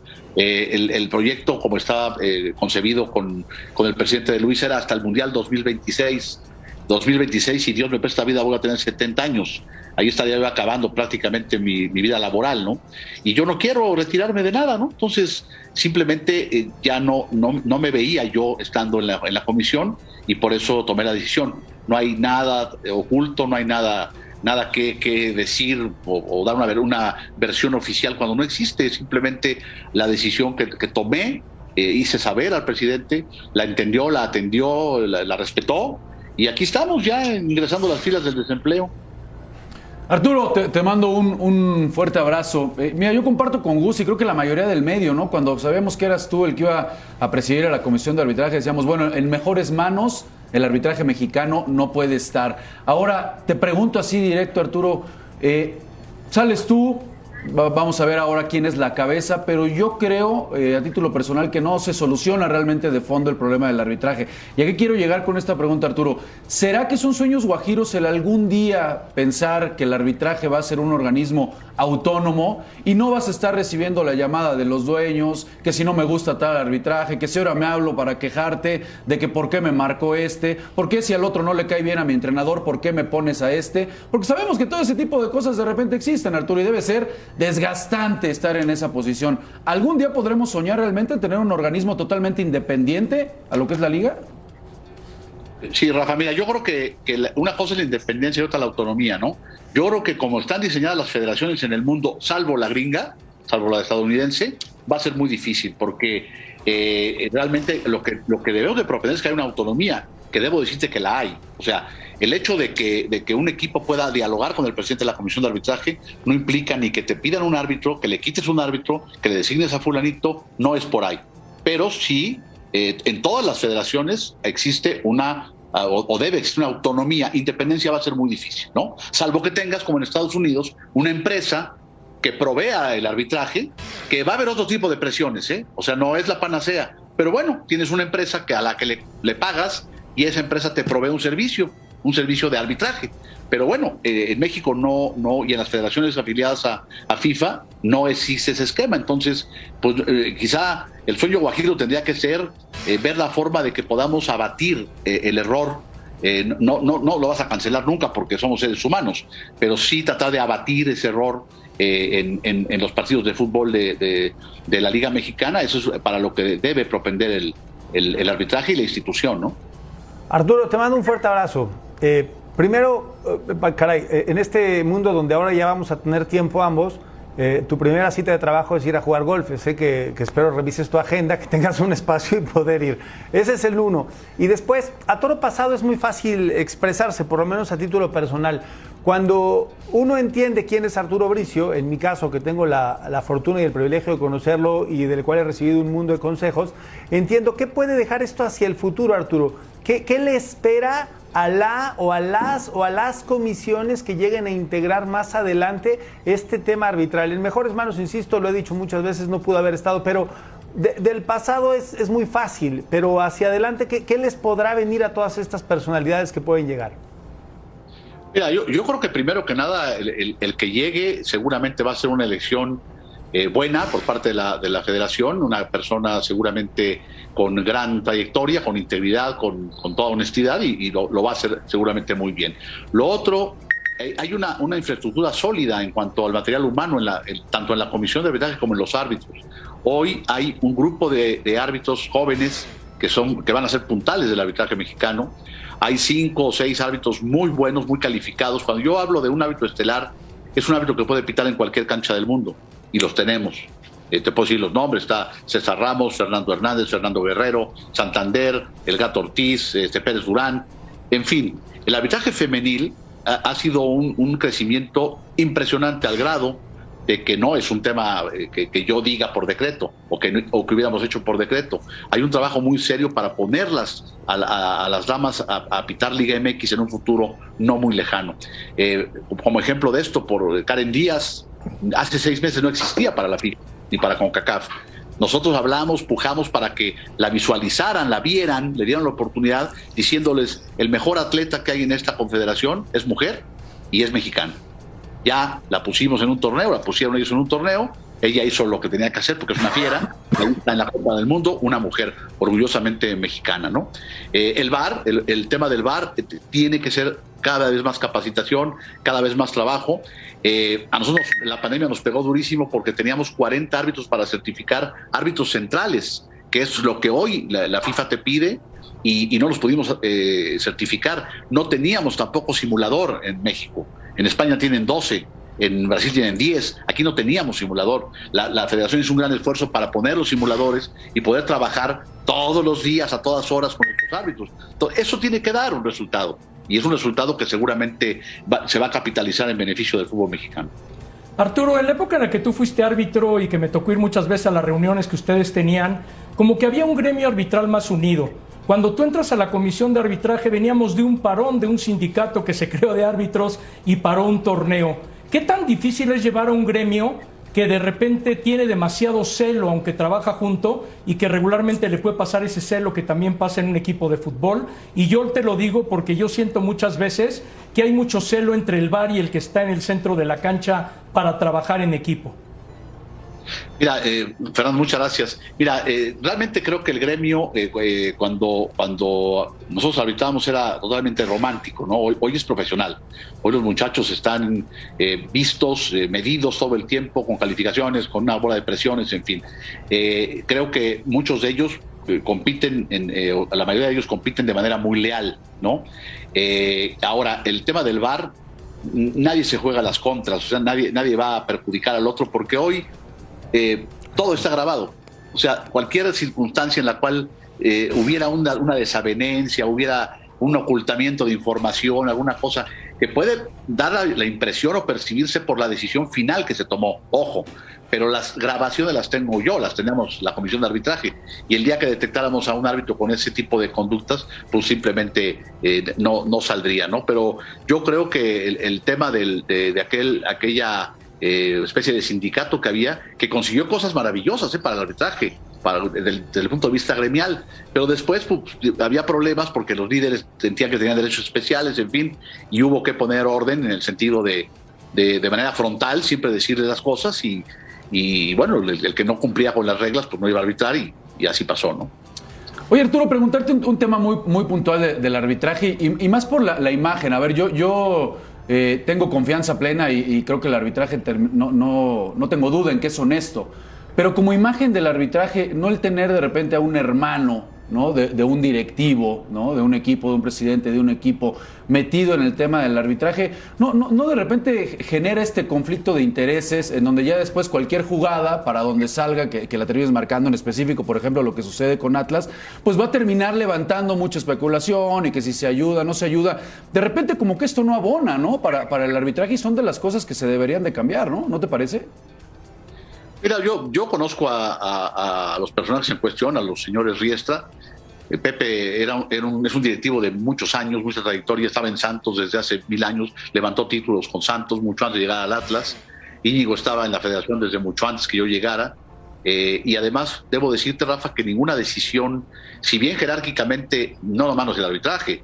El proyecto, como estaba concebido con el presidente de Luis, era hasta el Mundial 2026. 2026, si Dios me presta vida, voy a tener 70 años. ahí estaría yo acabando prácticamente mi vida laboral, ¿no? Y yo no quiero retirarme de nada, ¿no? Entonces, simplemente ya no me veía yo estando en la comisión y por eso tomé la decisión. No hay nada oculto, no hay nada que decir o dar una versión oficial cuando no existe. Simplemente la decisión que tomé, hice saber al presidente, la entendió, la atendió, la respetó, y aquí estamos ya ingresando a las filas del desempleo. Arturo, te mando un fuerte abrazo. Mira, yo comparto con Gus y creo que la mayoría del medio, ¿no? Cuando sabíamos que eras tú el que iba a presidir a la Comisión de Arbitraje, decíamos, bueno, en mejores manos el arbitraje mexicano no puede estar. Ahora, te pregunto así directo, Arturo, sales tú, vamos a ver ahora quién es la cabeza, pero yo creo, a título personal, que no se soluciona realmente de fondo el problema del arbitraje. ¿Y a qué quiero llegar con esta pregunta, Arturo? ¿Será que son sueños guajiros el algún día pensar que el arbitraje va a ser un organismo autónomo y no vas a estar recibiendo la llamada de los dueños, que si no me gusta tal arbitraje, que si ahora me hablo para quejarte de que por qué me marcó por qué si al otro no le cae bien a mi entrenador, por qué me pones a Porque sabemos que todo ese tipo de cosas de repente existen, Arturo, y debe ser desgastante estar en esa posición. ¿Algún día podremos soñar realmente en tener un organismo totalmente independiente a lo que es la liga? Sí, Rafa, mira, yo creo que una cosa es la independencia y otra la autonomía, ¿no? Yo creo que como están diseñadas las federaciones en el mundo, salvo la gringa, salvo la estadounidense, va a ser muy difícil, porque realmente lo que debemos de propender es que haya una autonomía, que debo decirte que la hay. O sea, el hecho de que un equipo pueda dialogar con el presidente de la comisión de arbitraje no implica ni que te pidan un árbitro, que le quites un árbitro, que le designes a fulanito, no es por ahí. Pero sí, en todas las federaciones existe o debe existir una autonomía. Independencia va a ser muy difícil, ¿no? Salvo que tengas, como en Estados Unidos, una empresa que provea el arbitraje, que va a haber otro tipo de presiones, ¿eh? O sea, no es la panacea. Pero bueno, tienes una empresa a la que le pagas y esa empresa te provee un servicio de arbitraje. Pero bueno, en México no, y en las federaciones afiliadas a FIFA no existe ese esquema. Entonces, pues quizá el sueño guajiro tendría que ser ver la forma de que podamos abatir el error. No lo vas a cancelar nunca porque somos seres humanos, pero sí tratar de abatir ese error en los partidos de fútbol de la Liga Mexicana. Eso es para lo que debe propender el arbitraje y la institución, ¿no? Arturo, te mando un fuerte abrazo. Primero, en este mundo donde ahora ya vamos a tener tiempo ambos, tu primera cita de trabajo es ir a jugar golf. Sé que espero revises tu agenda, que tengas un espacio y poder ir. Ese es el uno. Y después, a toro pasado es muy fácil expresarse, por lo menos a título personal. Cuando uno entiende quién es Arturo Bricio, en mi caso, que tengo la fortuna y el privilegio de conocerlo y del cual he recibido un mundo de consejos, entiendo qué puede dejar esto hacia el futuro, Arturo. ¿Qué le espera a las comisiones que lleguen a integrar más adelante este tema arbitral? En mejores manos, insisto, lo he dicho muchas veces, no pudo haber estado, pero del pasado es muy fácil, pero hacia adelante, ¿qué les podrá venir a todas estas personalidades que pueden llegar? Mira, yo creo que primero que nada el que llegue seguramente va a ser una elección buena por parte de la federación, una persona seguramente con gran trayectoria, con integridad, con toda honestidad y lo va a hacer seguramente muy bien. Lo otro, hay una infraestructura sólida en cuanto al material humano, tanto en la comisión de arbitraje como en los árbitros. Hoy hay un grupo de árbitros jóvenes que van a ser puntales del arbitraje mexicano. Hay 5 o 6 árbitros muy buenos, muy calificados. Cuando yo hablo de un árbitro estelar, es un árbitro que puede pitar en cualquier cancha del mundo, y los tenemos. Te puedo decir los nombres: está César Ramos, Fernando Hernández, Fernando Guerrero, Santander, El Gato Ortiz, Pérez Durán. En fin, el arbitraje femenil ha sido un crecimiento impresionante, al grado de que no es un tema que yo diga por decreto o que hubiéramos hecho por decreto. Hay un trabajo muy serio para ponerlas a las damas a pitar Liga MX en un futuro no muy lejano. Como ejemplo de esto, por Karen Díaz, hace 6 meses no existía para la FIFA ni para CONCACAF. Nosotros hablamos, pujamos para que la visualizaran, la vieran, le dieran la oportunidad, diciéndoles: el mejor atleta que hay en esta confederación es mujer y es mexicana. Ya la pusimos en un torneo, la pusieron ellos en un torneo, Ella hizo lo que tenía que hacer porque es una fiera. Está en la Copa del Mundo, una mujer orgullosamente mexicana, ¿no? El VAR, el tema del VAR tiene que ser cada vez más capacitación, cada vez más trabajo. A nosotros la pandemia nos pegó durísimo porque teníamos 40 árbitros para certificar, árbitros centrales, que es lo que hoy la FIFA te pide, y no los pudimos certificar. No teníamos tampoco simulador en México. En España tienen 12. En Brasil tienen 10, aquí no teníamos simulador. La federación hizo un gran esfuerzo para poner los simuladores y poder trabajar todos los días, a todas horas con nuestros árbitros. Entonces, eso tiene que dar un resultado, y es un resultado que seguramente se va a capitalizar en beneficio del fútbol mexicano. Arturo, en la época en la que tú fuiste árbitro y que me tocó ir muchas veces a las reuniones que ustedes tenían, como que había un gremio arbitral más unido. Cuando tú entras a la comisión de arbitraje, veníamos de un parón de un sindicato que se creó de árbitros y paró un torneo. ¿Qué tan difícil es llevar a un gremio que de repente tiene demasiado celo, aunque trabaja junto, y que regularmente le puede pasar ese celo que también pasa en un equipo de fútbol? Y yo te lo digo porque yo siento muchas veces que hay mucho celo entre el VAR y el que está en el centro de la cancha para trabajar en equipo. Mira, Fernando, muchas gracias. Mira, realmente creo que el gremio, cuando nosotros arbitrábamos, era totalmente romántico, ¿no? Hoy es profesional. Hoy los muchachos están vistos, medidos todo el tiempo, con calificaciones, con una bola de presiones, en fin. Creo que muchos de ellos compiten, la mayoría de ellos compiten de manera muy leal, ¿no? Ahora, el tema del VAR, nadie se juega las contras, o sea, nadie va a perjudicar al otro, porque hoy todo está grabado. O sea, cualquier circunstancia en la cual hubiera una desavenencia, hubiera un ocultamiento de información, alguna cosa que puede dar la impresión o percibirse por la decisión final que se tomó. Ojo, pero las grabaciones las tengo yo, las tenemos la comisión de arbitraje, y el día que detectáramos a un árbitro con ese tipo de conductas, pues simplemente no saldría, ¿no? Pero yo creo que el tema de aquella especie de sindicato que había, que consiguió cosas maravillosas para el arbitraje, desde el punto de vista gremial, pero después pues, había problemas porque los líderes sentían que tenían derechos especiales, en fin, y hubo que poner orden en el sentido de manera frontal, siempre decirle las cosas, y bueno, el que no cumplía con las reglas pues no iba a arbitrar, y así pasó, ¿no? Oye, Arturo, preguntarte un tema muy puntual del arbitraje, y más por la imagen. A ver, yo tengo confianza plena y creo que el arbitraje no tengo duda en que es honesto, pero como imagen del arbitraje, no el tener de repente a un hermano, ¿no? de un directivo, ¿no? de un equipo, de un presidente, de un equipo metido en el tema del arbitraje, no de repente genera este conflicto de intereses en donde ya después cualquier jugada para donde salga que la termines marcando, en específico, por ejemplo, lo que sucede con Atlas, pues va a terminar levantando mucha especulación, y que si se ayuda, no se ayuda. De repente como que esto no abona, ¿no? para el arbitraje, y son de las cosas que se deberían de cambiar, ¿no? ¿No te parece? Mira, yo conozco a los personajes en cuestión, a los señores Riestra. Pepe es un directivo de muchos años, mucha trayectoria, estaba en Santos desde hace 1000 años, levantó títulos con Santos mucho antes de llegar al Atlas. Íñigo estaba en la federación desde mucho antes que yo llegara. Y además, debo decirte, Rafa, que ninguna decisión, si bien jerárquicamente no las manos del arbitraje,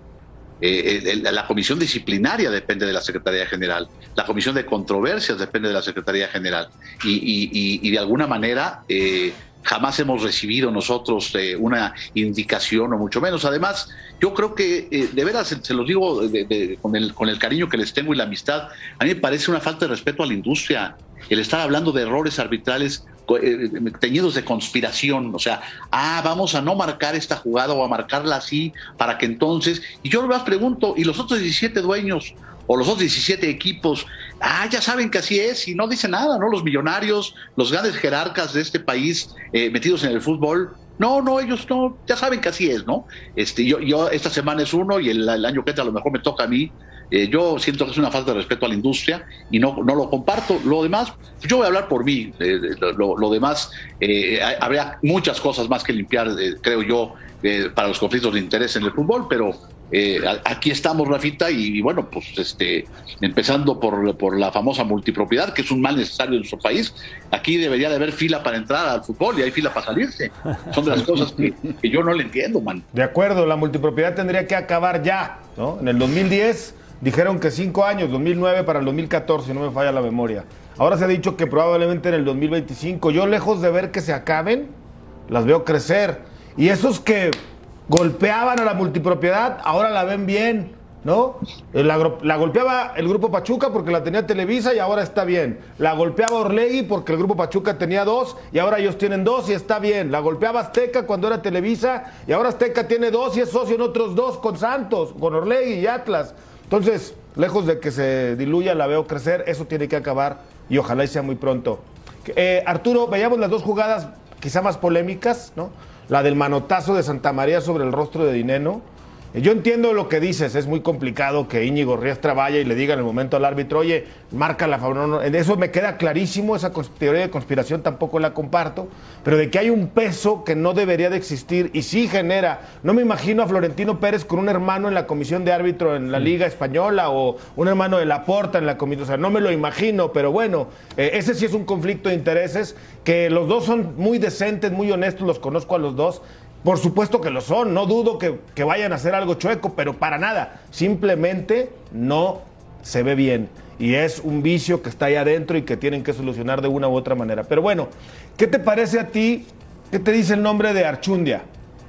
la comisión disciplinaria depende de la Secretaría General, la comisión de controversias depende de la Secretaría General, y de alguna manera jamás hemos recibido nosotros una indicación, o mucho menos. Además, yo creo que de veras, se los digo con el cariño que les tengo y la amistad, a mí me parece una falta de respeto a la industria el estar hablando de errores arbitrales teñidos de conspiración. O sea, vamos a no marcar esta jugada o a marcarla así para que entonces, y yo les pregunto, ¿y los otros 17 dueños o los otros 17 equipos? Ya saben que así es, y no dicen nada, ¿no? Los millonarios, los grandes jerarcas de este país metidos en el fútbol, no, ellos no, ya saben que así es, ¿no? Yo esta semana es uno, y el año que entra a lo mejor me toca a mí. Yo siento que es una falta de respeto a la industria y no lo comparto. Lo demás, yo voy a hablar por mí. Lo demás, habría muchas cosas más que limpiar, creo yo, para los conflictos de interés en el fútbol, pero aquí estamos, Rafita, y bueno, pues empezando por la famosa multipropiedad, que es un mal necesario en nuestro país. Aquí debería de haber fila para entrar al fútbol y hay fila para salirse. Son de las cosas que yo no le entiendo, man. De acuerdo, la multipropiedad tendría que acabar ya, ¿no? En el 2010 dijeron que 5 años, 2009 para el 2014, si no me falla la memoria. Ahora se ha dicho que probablemente en el 2025. Yo, lejos de ver que se acaben, las veo crecer. Y esos que golpeaban a la multipropiedad, ahora la ven bien, ¿no? La golpeaba el Grupo Pachuca porque la tenía Televisa y ahora está bien. La golpeaba Orlegui porque el Grupo Pachuca tenía 2 y ahora ellos tienen 2 y está bien. La golpeaba Azteca cuando era Televisa y ahora Azteca tiene 2 y es socio en otros 2 con Santos, con Orlegui y Atlas. Entonces, lejos de que se diluya, la veo crecer. Eso tiene que acabar y ojalá y sea muy pronto. Arturo, veíamos las 2 jugadas quizá más polémicas, ¿no? La del manotazo de Santa María sobre el rostro de Dineno. Yo entiendo lo que dices, es muy complicado que Íñigo Riestra vaya y le diga en el momento al árbitro, oye, marca la favor. No, eso me queda clarísimo, esa teoría de conspiración tampoco la comparto, pero de que hay un peso que no debería de existir y sí genera. No me imagino a Florentino Pérez con un hermano en la comisión de árbitro en la Liga Española o un hermano de Laporta en la comisión, o sea, no me lo imagino, pero bueno, ese sí es un conflicto de intereses, que los dos son muy decentes, muy honestos, los conozco a los dos. Por supuesto que lo son, no dudo que vayan a hacer algo chueco, pero para nada, simplemente no se ve bien. Y es un vicio que está ahí adentro y que tienen que solucionar de una u otra manera. Pero bueno, ¿qué te parece a ti? ¿Qué te dice el nombre de Archundia?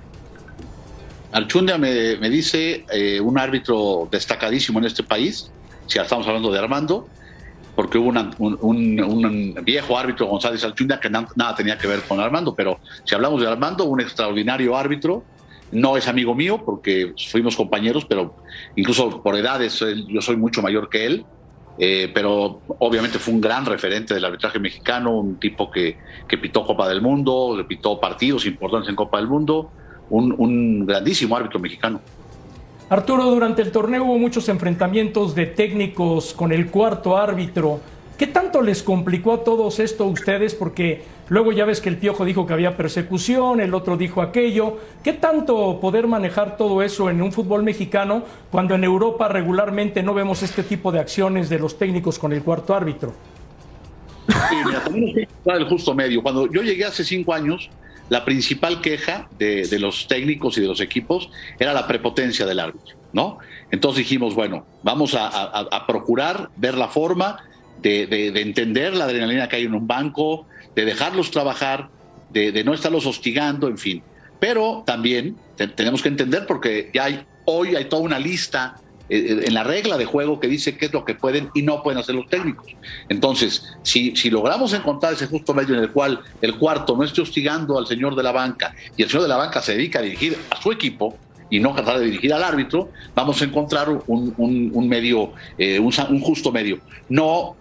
Archundia me dice un árbitro destacadísimo en este país, si estamos hablando de Armando, porque hubo un viejo árbitro, González Archundia, que nada tenía que ver con Armando, pero si hablamos de Armando, un extraordinario árbitro, no es amigo mío porque fuimos compañeros, pero incluso por edades yo soy mucho mayor que él, pero obviamente fue un gran referente del arbitraje mexicano, un tipo que pitó Copa del Mundo, que pitó partidos importantes en Copa del Mundo, un grandísimo árbitro mexicano. Arturo, durante el torneo hubo muchos enfrentamientos de técnicos con el cuarto árbitro. ¿Qué tanto les complicó a todos esto a ustedes? Porque luego ya ves que el Piojo dijo que había persecución, el otro dijo aquello. ¿Qué tanto poder manejar todo eso en un fútbol mexicano cuando en Europa regularmente no vemos este tipo de acciones de los técnicos con el cuarto árbitro? Sí, mira, tenemos que encontrar el justo medio. Cuando yo llegué hace 5 años, la principal queja de los técnicos y de los equipos era la prepotencia del árbitro, ¿no? Entonces dijimos, bueno, vamos a procurar ver la forma de entender la adrenalina que hay en un banco, de dejarlos trabajar, de no estarlos hostigando, en fin. Pero también tenemos que entender, porque hoy hay toda una lista en la regla de juego que dice qué es lo que pueden y no pueden hacer los técnicos. Entonces, si logramos encontrar ese justo medio en el cual el cuarto no esté hostigando al señor de la banca y el señor de la banca se dedica a dirigir a su equipo y no tratar de dirigir al árbitro, vamos a encontrar un medio, un justo medio. No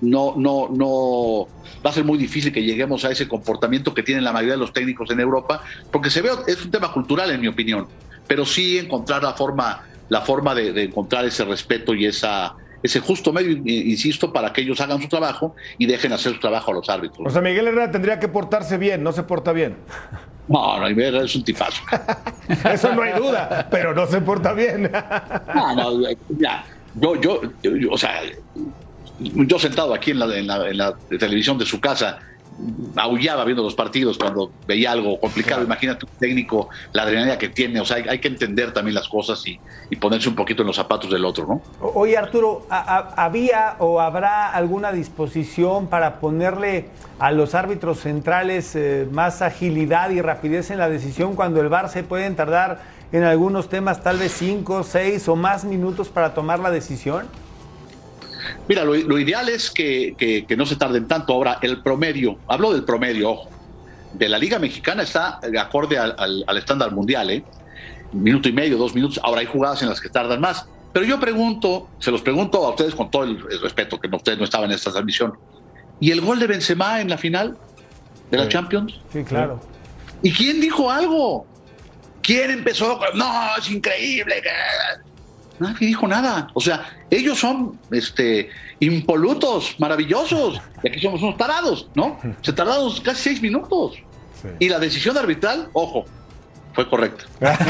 va a ser muy difícil que lleguemos a ese comportamiento que tienen la mayoría de los técnicos en Europa, porque es un tema cultural, en mi opinión, pero sí encontrar la forma de encontrar ese respeto y ese justo medio, insisto, para que ellos hagan su trabajo y dejen hacer su trabajo a los árbitros. O sea, Miguel Herrera tendría que portarse bien, no se porta bien. No, Miguel Herrera es un tipazo. Eso no hay duda, pero no se porta bien. Ya. O sea, yo sentado aquí en la televisión de su casa, aullaba viendo los partidos cuando veía algo complicado. Claro. Imagínate un técnico, la adrenalina que tiene. O sea, hay que entender también las cosas y ponerse un poquito en los zapatos del otro, ¿no? Oye, Arturo, ¿había o habrá alguna disposición para ponerle a los árbitros centrales más agilidad y rapidez en la decisión cuando el VAR se pueden tardar en algunos temas tal vez 5, 6 o más minutos para tomar la decisión? Mira, lo ideal es que no se tarden tanto. Ahora, el promedio, hablo del promedio, ojo, de la Liga Mexicana está acorde al estándar mundial, 1 minuto y medio, 2 minutos. Ahora hay jugadas en las que tardan más. Pero yo se los pregunto a ustedes con todo el respeto, que ustedes no estaban en esta transmisión. ¿Y el gol de Benzema en la final de la Champions? Sí, claro. ¿Y quién dijo algo? ¿Quién empezó? No, es increíble. Nadie dijo nada. O sea, ellos son impolutos, maravillosos. Y aquí somos unos tarados, ¿no? Se tardaron casi 6 minutos. Sí. Y la decisión arbitral, ojo, fue correcta.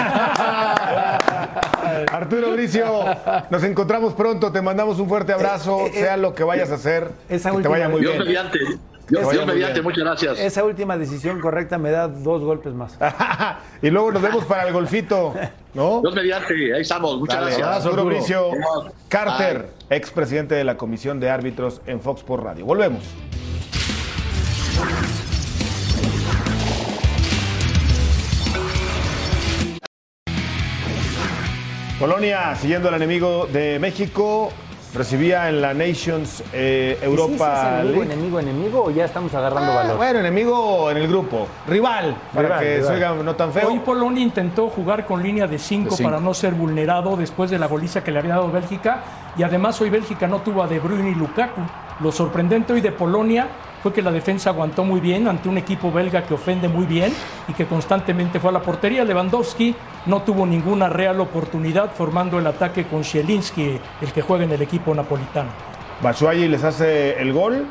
Arturo Bricio, nos encontramos pronto. Te mandamos un fuerte abrazo, sea lo que vayas a hacer. Que te vaya muy bien. Dios mediante, muchas gracias. Esa última decisión correcta me da 2 golpes más. Y luego nos vemos para el golfito, ¿no? Dios mediante, ahí estamos, muchas gracias. Arturo Bricio Carter, expresidente de la Comisión de Árbitros en Fox Sports Radio. Volvemos. Polonia, siguiendo al enemigo de México, recibía en la Nations Europa League. ¿Enemigo o ya estamos agarrando valor? Bueno, enemigo en el grupo. Rival, para que se oiga no tan feo. Hoy Polonia intentó jugar con línea de 5 para no ser vulnerado después de la goliza que le había dado Bélgica. Y además hoy Bélgica no tuvo a De Bruyne y Lukaku. Lo sorprendente hoy de Polonia fue que la defensa aguantó muy bien ante un equipo belga que ofende muy bien y que constantemente fue a la portería. Lewandowski no tuvo ninguna real oportunidad formando el ataque con Zielinski, el que juega en el equipo napolitano. Batshuayi les hace el gol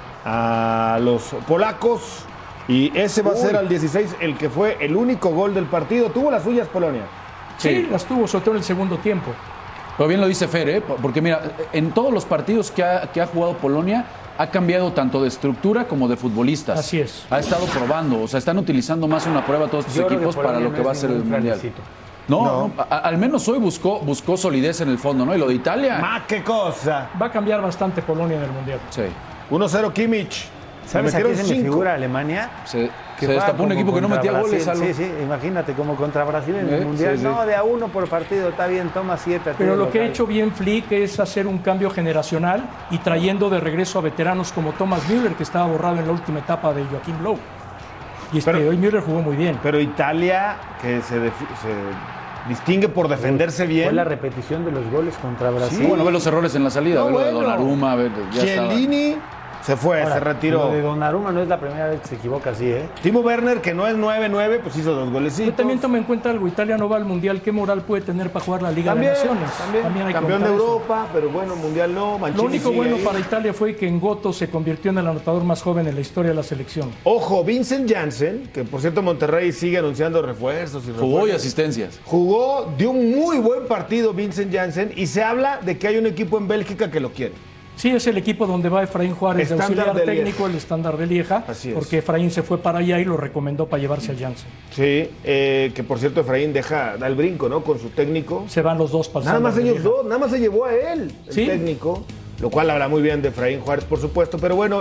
a los polacos y ese va a ser al 16 el que fue el único gol del partido. ¿Tuvo las suyas Polonia? Sí, las tuvo, sobre todo en el segundo tiempo. Pero bien lo dice Fer, porque mira, en todos los partidos que ha jugado Polonia ha cambiado tanto de estructura como de futbolistas. Así es. Ha estado probando, o sea, están utilizando más una prueba todos estos equipos para lo que va a ser el Mundial. No. Al menos hoy buscó solidez en el fondo, ¿no? Y lo de Italia. ¡Más qué cosa! Va a cambiar bastante Polonia en el Mundial. Sí. 1-0 Kimmich. ¿Sabes a qué se me figura Alemania? Se destapó un equipo que no metía goles. Sí, imagínate, como contra Brasil en el Mundial. Sí. No, de a 1 por partido, está bien, toma 7. Pero lo que ha hecho bien Flick es hacer un cambio generacional y trayendo de regreso a veteranos como Thomas Müller, que estaba borrado en la última etapa de Joachim Löw. Y hoy Müller jugó muy bien. Pero Italia, que se distingue por defenderse bien. Fue la repetición de los goles contra Brasil. Sí. Bueno, ve los errores en la salida, lo de Donnarumma. Chiellini se fue, se retiró. Lo de Donnarumma no es la primera vez que se equivoca así, ¿eh? Timo Werner, que no es 9-9, pues hizo 2 golecitos. Yo también tome en cuenta algo, Italia no va al Mundial, ¿qué moral puede tener para jugar la Liga de Naciones? También hay campeón de Europa, pero bueno, Mundial no. Mancini lo único bueno para Italia fue que Ngotto se convirtió en el anotador más joven en la historia de la selección. Ojo, Vincent Janssen, que por cierto Monterrey sigue anunciando refuerzos. Jugó y asistencias. Dio un muy buen partido Vincent Janssen y se habla de que hay un equipo en Bélgica que lo quiere. Sí, es el equipo donde va Efraín Juárez de auxiliar técnico, el Estándar de Lieja, porque Efraín se fue para allá y lo recomendó para llevarse a Janssen. Sí, que por cierto Efraín da el brinco, ¿no? Con su técnico. Se van los dos para nada más ellos dos, nada más se llevó a él, el técnico, lo cual habla muy bien de Efraín Juárez, por supuesto. Pero bueno,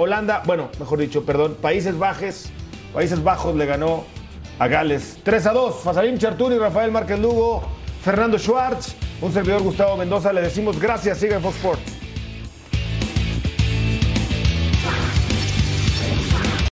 Países Bajos le ganó a Gales 3-2. Fasalín Chartuni, Rafael Márquez Lugo, Fernando Schwartz, un servidor Gustavo Mendoza, le decimos gracias, siga en Fox Sports.